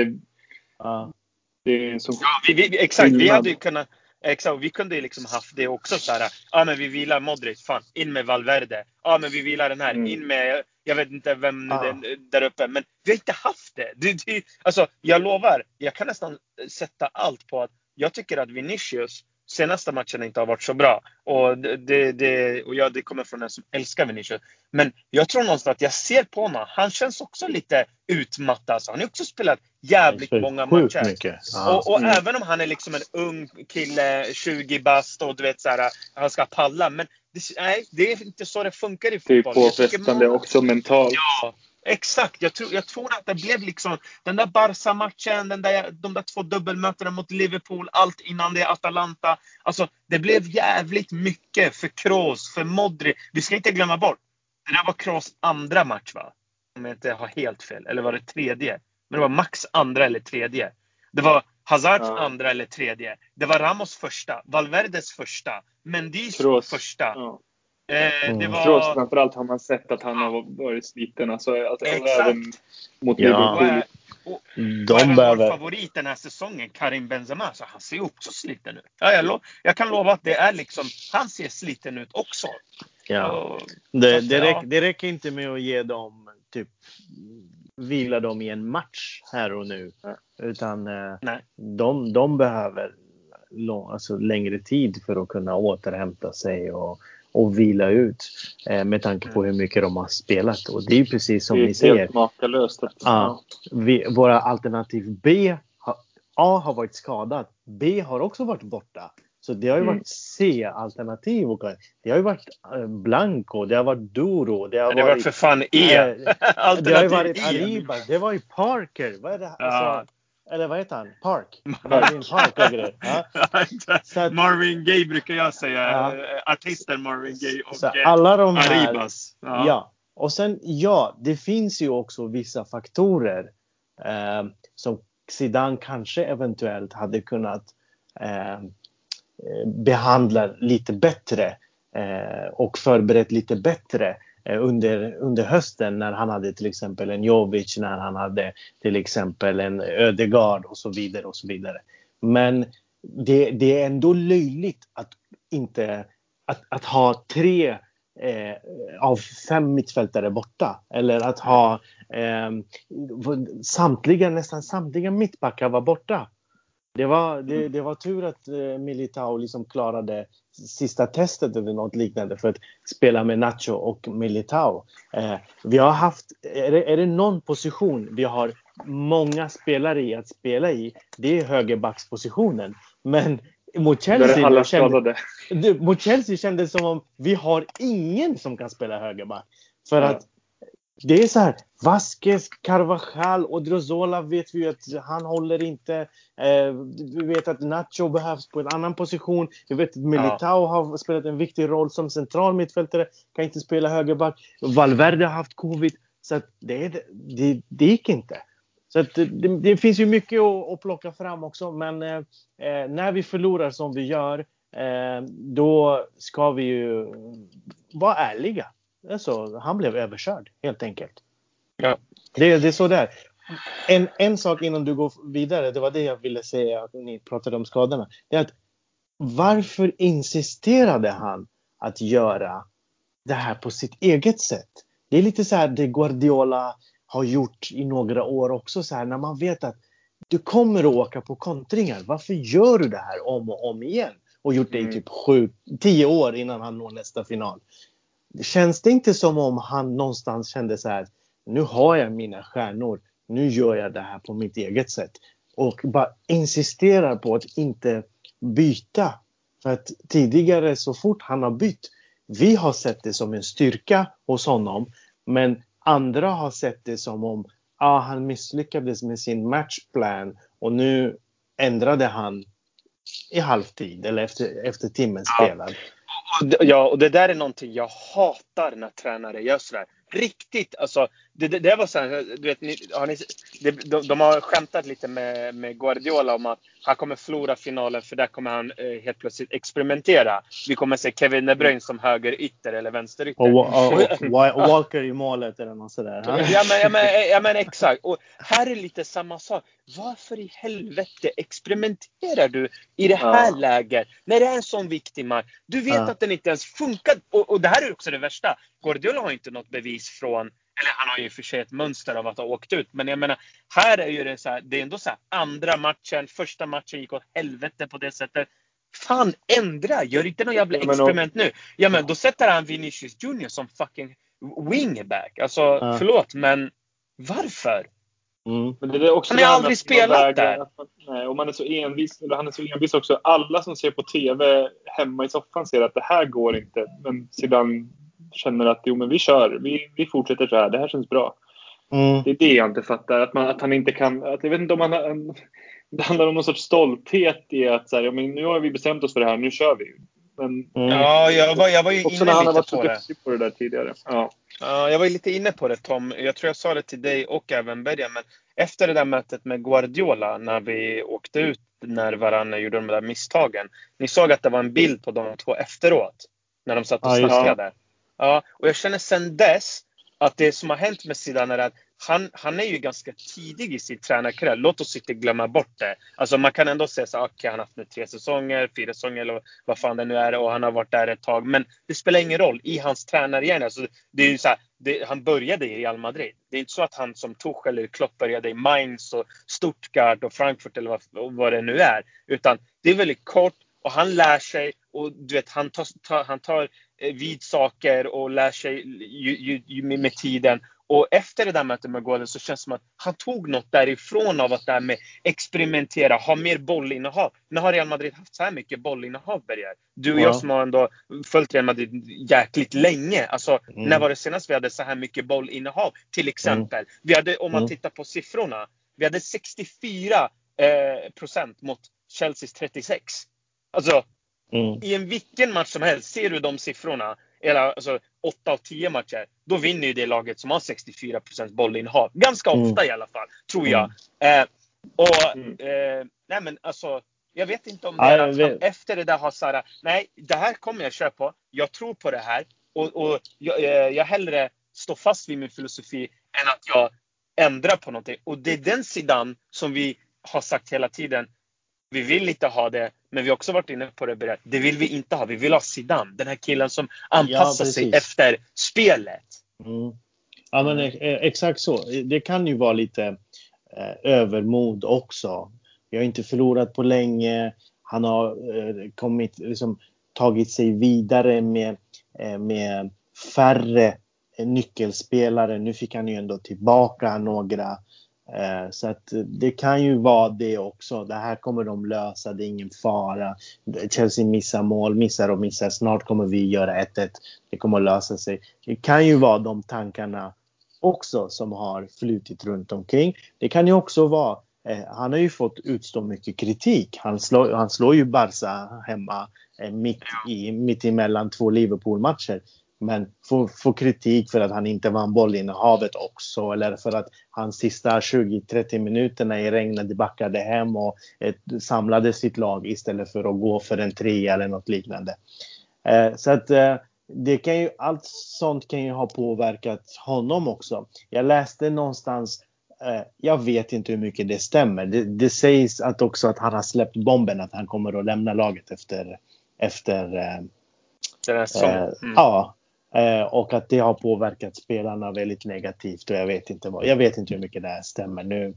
är så exakt, vi hade ju kunnat. Exakt, vi kunde ju liksom haft det också så här. Men vi vilar Modric, fan, in med Valverde. Men vi vilar den här, in med, jag vet inte vem där uppe. Men vi har inte haft det. Alltså, jag lovar, jag kan nästan sätta allt på att jag tycker att Vinicius senaste matchen inte har varit så bra. Och det kommer från en som älskar Vinicius. Men jag tror någonstans att jag ser på honom. Han känns också lite utmattad. Alltså. Han har också spelat jävligt många matcher. Och även om han är liksom en ung kille, 20 bast och du vet så här, han ska palla. Men det är inte så det funkar i fotboll. Det är påfrestande också mentalt. Ja. Exakt, jag tror att det blev liksom den där Barca-matchen, de där 2 dubbelmötena mot Liverpool, allt innan det Atalanta. Alltså, det blev jävligt mycket för Kroos, för Modric. Vi ska inte glömma bort, det där var Kroos andra match, va? Om jag inte har helt fel, eller var det tredje? Men det var Max andra eller tredje. Det var Hazards andra eller tredje. Det var Ramos första, Valverdes första, Mendys första. Ja. Det var... Kroos framförallt har man sett att han har varit sliten. Alltså även mot Liverpool. Och vår favorit den här säsongen, Karim Benzema, så han ser också sliten ut. Jag kan lova att det är liksom, han ser sliten ut också. Ja. Det räcker inte med att ge dem typ vila dem i en match här och nu, utan de behöver längre tid för att kunna återhämta sig och vila ut med tanke på hur mycket de har spelat. Och det är ju precis som ni säger. Det är helt makalöst. Våra alternativ B A har varit skadad. B har också varit borta. Så det har ju varit C-alternativ. Det har ju varit Blanco, det har varit Duro. Det har varit för fan det har ju varit Arriba, det var ju Parker. Vad är det här? Alltså, eller vad heter han? Marvin Park och grejer. Marvin Gaye brukar jag säga. Artisten Marvin Gaye och så alla de här, Arribas. Och sen det finns ju också vissa faktorer som Zidane kanske eventuellt hade kunnat behandla lite bättre och förberett lite bättre under hösten, när han hade till exempel en Jovic, när han hade till exempel en Ödegaard och så vidare och så vidare. Men det är ändå löjligt att inte att ha 3 av 5 mittfältare borta, eller att ha nästan samtliga mittbackar var borta. Det var tur att Militao liksom klarade sista testet eller något liknande för att spela med Nacho och Militao. Vi har haft, är det någon position vi har många spelare i att spela i, det är högerbackspositionen. Men mot Chelsea kändes det som om vi har ingen som kan spela högerback. För att det är så här, Vasquez, Carvajal och Odriozola vet vi att han håller inte. Vi vet att Nacho behövs på en annan position. Vi vet att Militao har spelat en viktig roll som central mittfältare, kan inte spela högerback. Valverde har haft covid, så att det gick inte. Så att det finns ju mycket att plocka fram också, men när vi förlorar som vi gör, då ska vi ju vara ärliga. Alltså, han blev överkörd, helt enkelt. Ja. Det är så där. En sak innan du går vidare, det var det jag ville säga, att ni pratade om skadorna. Det är att varför insisterade han att göra det här på sitt eget sätt? Det är lite så här det Guardiola har gjort i några år också, så här, när man vet att du kommer att åka på kontringar. Varför gör du det här om och om igen? Och gjort det i typ 10 år innan han når nästa final. Känns det inte som om han någonstans kände så här, nu har jag mina stjärnor, nu gör jag det här på mitt eget sätt, och bara insisterar på att inte byta? För att tidigare, så fort han har bytt, vi har sett det som en styrka hos honom, men andra har sett det som om han misslyckades med sin matchplan och nu ändrade han i halvtid eller efter timmen spelad. Ja, och det där är någonting jag hatar när tränare gör sådär. Riktigt, alltså det var så här, du vet, de har skämtat lite med Guardiola om att han kommer förlora finalen för där kommer han helt plötsligt experimentera. Vi kommer se Kevin De Bruyne som högerytter eller vänsterytter. Och Walker i målet eller något sådär. Ja men exakt. Och här är lite samma sak. Varför i helvete experimenterar du i det här läget när det är en sån viktig match? Du vet att den inte ens funkar. Och det här är också det värsta. Guardiola har inte något bevis från, eller han har ju för sig ett mönster av att ha åkt ut. Men jag menar, här är ju det så här, det är ändå så här, andra matchen, första matchen gick åt helvete på det sättet. Fan, ändra, gör inte någon jävla experiment nu. Ja men då sätter han Vinicius Junior som fucking wingback. Alltså, förlåt, men varför? Men det är också han har aldrig spelat där. Nej, och man är så envis, eller han är så envis också. Alla som ser på tv hemma i soffan ser att det här går inte. Men sedan känner att jo, men vi kör. Vi fortsätter så här. Det här känns bra. Det är det jag inte fattar. Att han inte kan... Att jag vet inte om det handlar om någon sorts stolthet i att så här, ja, men nu har vi bestämt oss för det här. Nu kör vi. Men, ja, jag var ju också inne när han har lite varit på det. på det där tidigare. Ja, jag var ju lite inne på det, Tom. Jag tror jag sa det till dig och även Berga. Men efter det där mötet med Guardiola, när vi åkte ut, när Varane gjorde de där misstagen. Ni såg att det var en bild på de två efteråt. När de satt och snackade. Ja, och jag känner sen dess att det som har hänt med Zidane är att han är ju ganska tidig i sin tränarkarriär. Låt oss inte glömma bort det. Alltså man kan ändå säga så okej, han har haft nu 3 säsonger, 4 säsonger eller vad fan det nu är, och han har varit där ett tag. Men det spelar ingen roll i hans tränargärning. Alltså, det är ju så här, han började i Real Madrid. Det är inte så att han som Tuchel eller Klopp började i Mainz och Stuttgart och Frankfurt eller vad det nu är. Utan det är väldigt kort och han lär sig, och du vet, han tar vid saker och lär sig med tiden. Och efter det där mötet med Guardiola så känns det som att han tog något därifrån av att det här med experimentera, ha mer bollinnehav. När har Real Madrid haft så här mycket bollinnehav, Berger? Du och jag som har ändå följt Real Madrid jäkligt länge. Alltså, när var det senast vi hade så här mycket bollinnehav? Till exempel. Vi hade, om man tittar på siffrorna, vi hade 64% mot Chelseas 36. Alltså, i en vilken match som helst, ser du de siffrorna, eller alltså 8 av 10 matcher, då vinner ju det laget som har 64% bollinnehav. Ganska ofta i alla fall, tror jag. Nej men alltså, jag vet inte om det är att han efter det där har Sara, nej, det här kommer jag köra på. Jag tror på det här. Och jag hellre står fast vid min filosofi än att jag ändrar på någonting. Och det är den sidan som vi har sagt hela tiden. Vi vill inte ha det, men vi har också varit inne på det. Det vill vi inte ha. Vi vill ha Zidane. Den här killen som anpassar sig efter spelet. Ja, men exakt så. Det kan ju vara lite övermod också. Jag har inte förlorat på länge. Han har tagit sig vidare med färre nyckelspelare. Nu fick han ju ändå tillbaka några. Så att det kan ju vara det också. Det här kommer de lösa, det är ingen fara. Chelsea missar mål, missar. Snart kommer vi göra 1-1. Det kommer att lösa sig. Det kan ju vara de tankarna också som har flutit runt omkring. Det kan ju också vara, han har ju fått utstå mycket kritik. Han slår ju Barca hemma mitt emellan 2 Liverpool-matcher. Men får kritik för att han inte vann bollinnehavet också. Eller för att hans sista 20-30 minuterna i regnet backade hem och samlade sitt lag istället för att gå för en 3 eller något liknande. Så att det kan ju, allt sånt kan ju ha påverkat honom också. Jag läste någonstans, jag vet inte hur mycket det stämmer. Det sägs att också att han har släppt bomben, att han kommer att lämna laget efter den här säsongen. Ja. Och att det har påverkat spelarna väldigt negativt, och jag vet inte hur mycket det här stämmer nu.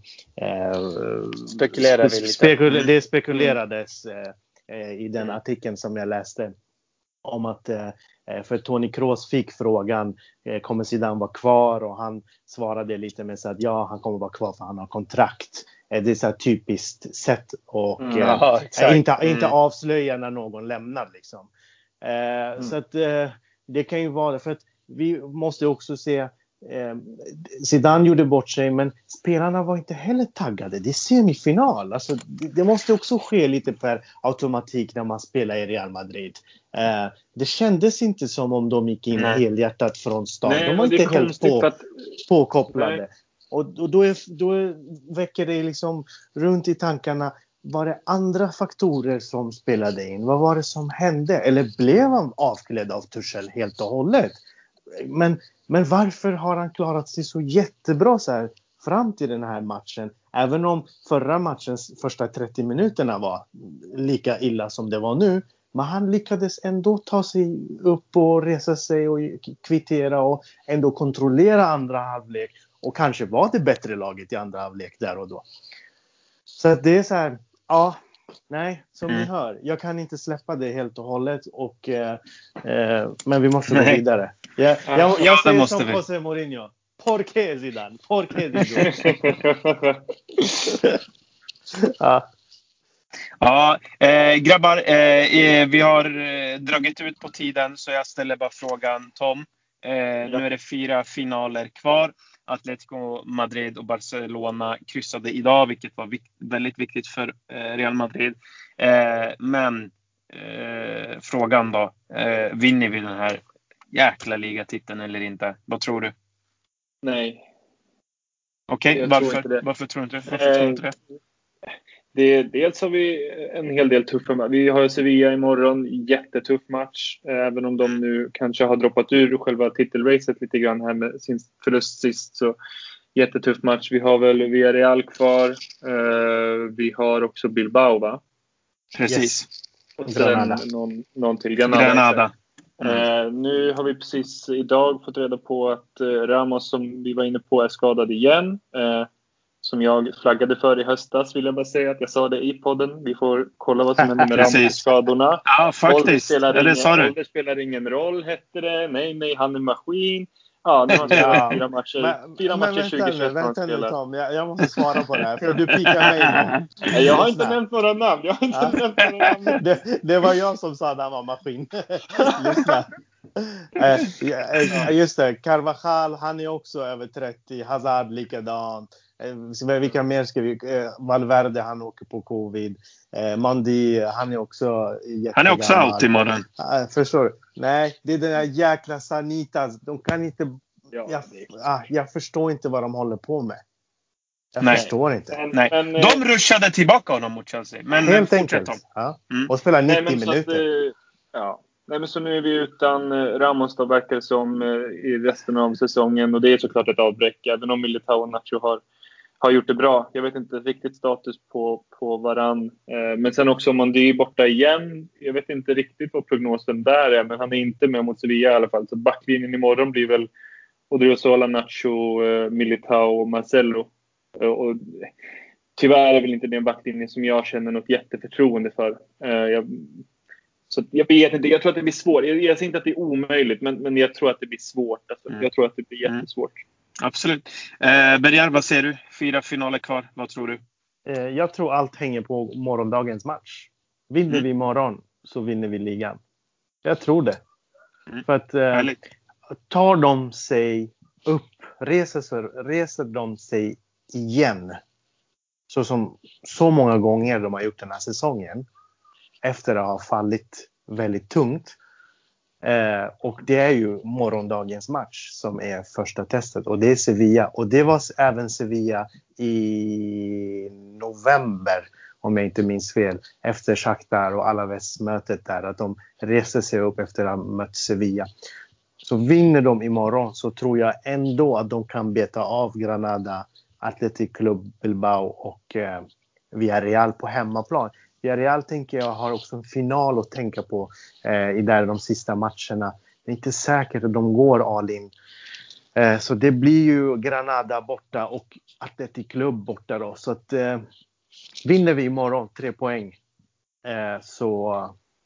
Spekulerar vi lite. Det spekulerades i den artikeln som jag läste om att för Toni Kroos fick frågan, kommer Zidane vara kvar, och han svarade lite med så att ja, han kommer vara kvar för han har kontrakt. Det är så här typiskt sätt och inte avslöja när någon lämnar liksom. Så att det kan ju vara, för att vi måste också se Zidane gjorde bort sig, men spelarna var inte heller taggade. Det är semifinal. Alltså, det måste också ske lite per automatik när man spelar i Real Madrid. Det kändes inte som om de gick in helhjärtat från start. De var inte helt påkopplade. Och då väcker det liksom runt i tankarna. Var det andra faktorer som spelade in? Vad var det som hände? Eller blev han avklädd av Tuchel helt och hållet? Men varför har han klarat sig så jättebra så här fram till den här matchen? Även om förra matchens första 30 minuterna var lika illa som det var nu. Men han lyckades ändå ta sig upp och resa sig och kvittera och ändå kontrollera andra halvlek. Och kanske var det bättre laget i andra halvlek där och då. Så att det är så här, som ni hör. Jag kan inte släppa det helt och hållet. Men vi måste gå vidare. Jag säger som José Mourinho. ¿Por qué Zidane? ¿Por qué Zidane? Grabbar, vi har dragit ut på tiden, så jag ställer bara frågan, Tom. Nu är det 4 finaler kvar. Atletico Madrid och Barcelona kryssade idag, vilket var väldigt viktigt för Real Madrid. Men frågan då, vinner vi den här jäkla ligatiteln eller inte? Vad tror du? Nej. Okej, varför tror du inte det? Dels har vi en hel del tuffa matcher. Vi har Sevilla imorgon, jättetuff match. Även om de nu kanske har droppat ur själva titelracet lite grann här med sin förlust sist. Så jättetuff match. Vi har väl Villarreal kvar. Vi har också Bilbao, va? Precis. Yes. Och sen någon till Granada. Nu har vi precis idag fått reda på att Ramos, som vi var inne på, är skadad igen. Som jag flaggade för i höstas, vill jag bara säga att jag sa det i podden. Vi får kolla vad som händer med Ramos-skadorna. Ja, faktiskt. Ålder spelar ingen roll, hette det. Nej, han är maskin. Ja, nu har han spelat 4 matcher. 4 matcher 2021. Vänta nu, Tom. Jag måste svara på det här, för du pikar mig nu. Jag har inte nämnt några namn. Det var jag som sa att han var maskin. Lyssna. Just det, Carvajal, han är också över 30. Hazard likadant. Vilka mer ska vi... Valverde, han åker på covid. Mandi, han är också jättegammal. Han är också out imorgon. Förstår du? Nej, det är den där jäkla Sanitas. De kan inte... Jag förstår inte vad de håller på med. Jag förstår inte. Men, de ruschade tillbaka honom mot Chelsea. Men helt enkelt. Och spelar 90 minuter. Nej, men så nu är vi utan Ramos då, verkar det som, i resten av säsongen. Och det är såklart ett avbräck. Även om Militao och Nacho har gjort det bra. Jag vet inte riktigt status på varann. Men sen också Mondi borta igen. Jag vet inte riktigt vad prognosen där är. Men han är inte med mot Sevilla i alla fall. Så backlinjen imorgon blir väl Odriozola, Nacho, Militao och Marcelo. Och tyvärr är väl inte den backlinjen som jag känner något jätteförtroende för. Så jag vet inte. Jag tror att det blir svårt. Jag säger inte att det är omöjligt. Men jag tror att det blir svårt. Alltså, jag tror att det blir jättesvårt. Absolut. Bergar, vad ser du? 4 finaler kvar. Vad tror du? Jag tror allt hänger på morgondagens match. Vinner vi imorgon så vinner vi ligan. Jag tror det. För att tar de sig upp, reser de sig igen. Så som så många gånger de har gjort den här säsongen. Efter att ha fallit väldigt tungt. Och det är ju morgondagens match som är första testet. Och det är Sevilla. Och det var även Sevilla i november, om jag inte minns fel. Efter Shakhtar och Alaves-mötet där. Att de reser sig upp efter att ha mött Sevilla. Så vinner de imorgon så tror jag ändå att de kan beta av Granada, Athletic Club Bilbao och Villarreal på hemmaplan. Villarreal tänker jag har också en final att tänka på i där de sista matcherna. Det är inte säkert att de går all in. Så det blir ju Granada borta och Athletic Club borta då. Så att vinner vi imorgon 3 poäng så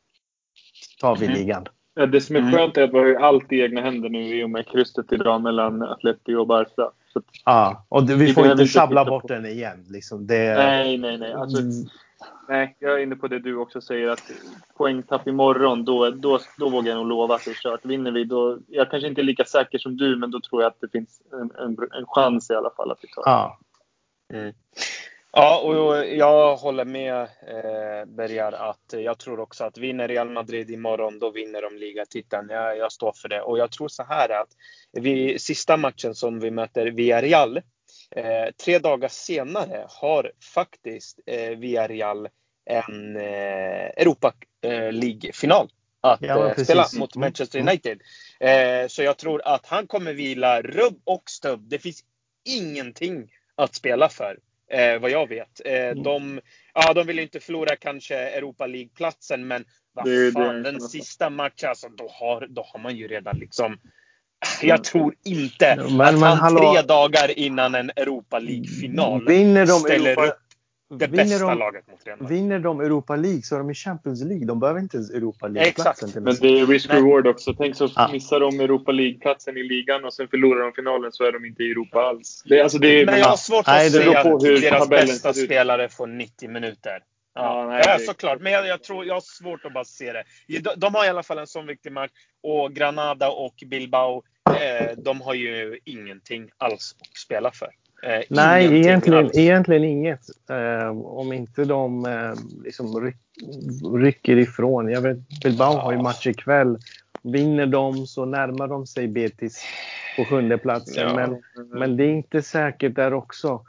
tar vi ligan. Det som är skönt är att vi har allt i egna händer nu i och med krysset idag mellan Atletico och Barca. Ja, och vi får inte sjabbla bort den igen. Liksom. Nej. Alltså, Nej, jag är inne på det du också säger, att poängtapp imorgon, då vågar jag nog lova att det är kört. Vinner vi, då, jag kanske inte är lika säker som du, men då tror jag att det finns en chans i alla fall att vi tar. Ja. Mm. Ja, och jag håller med Bergar att jag tror också att vinner Real Madrid imorgon, då vinner de ligatiteln. Jag står för det. Och jag tror så här att sista matchen som vi möter Villarreal, 3 dagar senare har faktiskt Villarreal en Europa League-final att spela mot Manchester United. Så jag tror att han kommer vila rubb och stubb. Det finns ingenting att spela för. Vad jag vet. De vill inte förlora kanske Europa League-platsen, men den sista matchen, alltså, då har man ju redan liksom. Jag tror inte att han 3 dagar innan en Europa League-final ställer upp det bästa laget mot Real Madrid. Vinner de Europa League så är de i Champions League. De behöver inte ens Europa League-platsen. Exakt. Men det är risk-reward också. Tänk så missar de Europa League-platsen i ligan och sen förlorar de finalen, så är de inte i Europa alls. Men jag har svårt att säga att deras bästa ser ut. Spelare får 90 minuter. Ja, såklart. Men jag tror jag har svårt att bara se det. De har i alla fall en sån viktig match. Och Granada och Bilbao, de har ju ingenting alls att spela för. Nej, egentligen inget. Om inte de liksom rycker ifrån. Jag vet, Bilbao har ju match ikväll. Vinner de så närmar de sig Betis på 7:e platsen. Men det är inte säkert där också.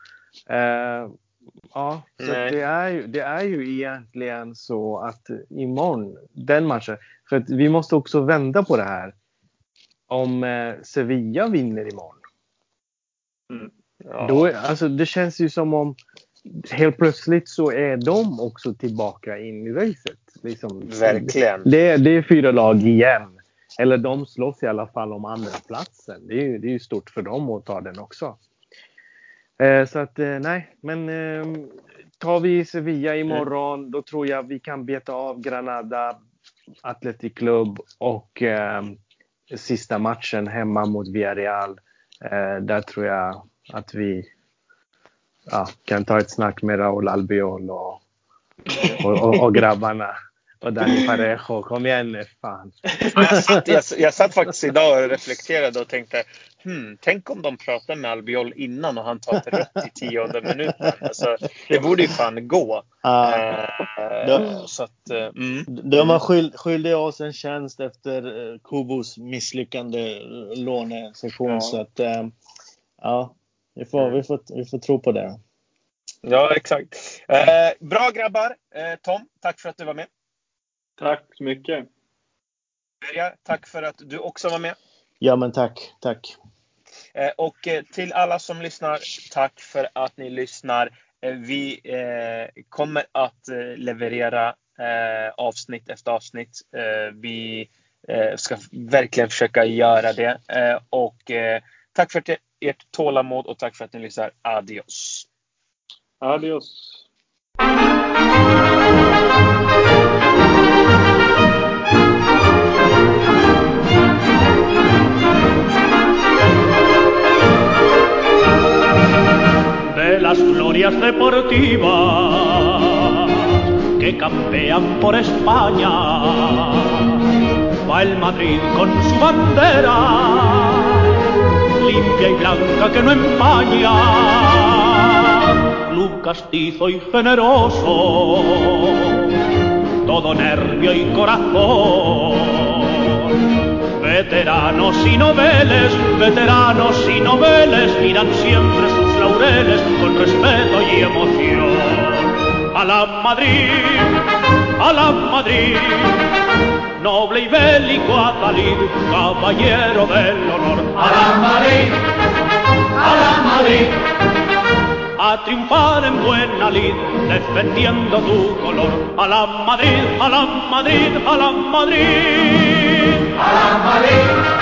Så det är ju egentligen så att imorgon, den matchen. För att vi måste också vända på det här. Om Sevilla vinner imorgon. Då, alltså, det känns ju som om helt plötsligt så är de också tillbaka in i racet. Liksom, verkligen. Det är 4 lag igen. Eller de slåss i alla fall om andra platsen. Det är ju stort för dem att ta den också. Så att nej, men tar vi Sevilla imorgon, då tror jag vi kan beta av Granada, Athletic Club och sista matchen hemma mot Villarreal. Där tror jag att vi kan ta ett snack med Raúl Albiol och grabbarna. Och Dani Parejo, kom igen nu, fan. Jag satt faktiskt idag och reflekterade och tänkte, tänk om de pratar med Albiol innan och han tar ett rött i 10:e minuten. Alltså, det borde ju fan gå. De var skyldiga oss en tjänst efter Kubos misslyckande lånesession. Så att vi får tro på det. Ja, exakt. Bra grabbar. Tom, tack för att du var med. Tack så mycket. Tack för att du också var med. Ja, men tack. Och till alla som lyssnar, tack för att ni lyssnar. Vi kommer att leverera avsnitt efter avsnitt. Vi ska verkligen försöka göra det. Och tack för ert tålamod och tack för att ni lyssnar. Adios. Adios. De las glorias deportivas que campean por España, va el Madrid con su bandera, limpia y blanca que no empaña, club castizo y generoso, todo nervio y corazón. Veteranos y noveles miran siempre sus laureles con respeto y emoción. A la Madrid, noble y bélico Adalid, caballero del honor. A la Madrid, a triunfar en buena lid, defendiendo tu color. A la Madrid, a la Madrid, a la Madrid. A la Madrid.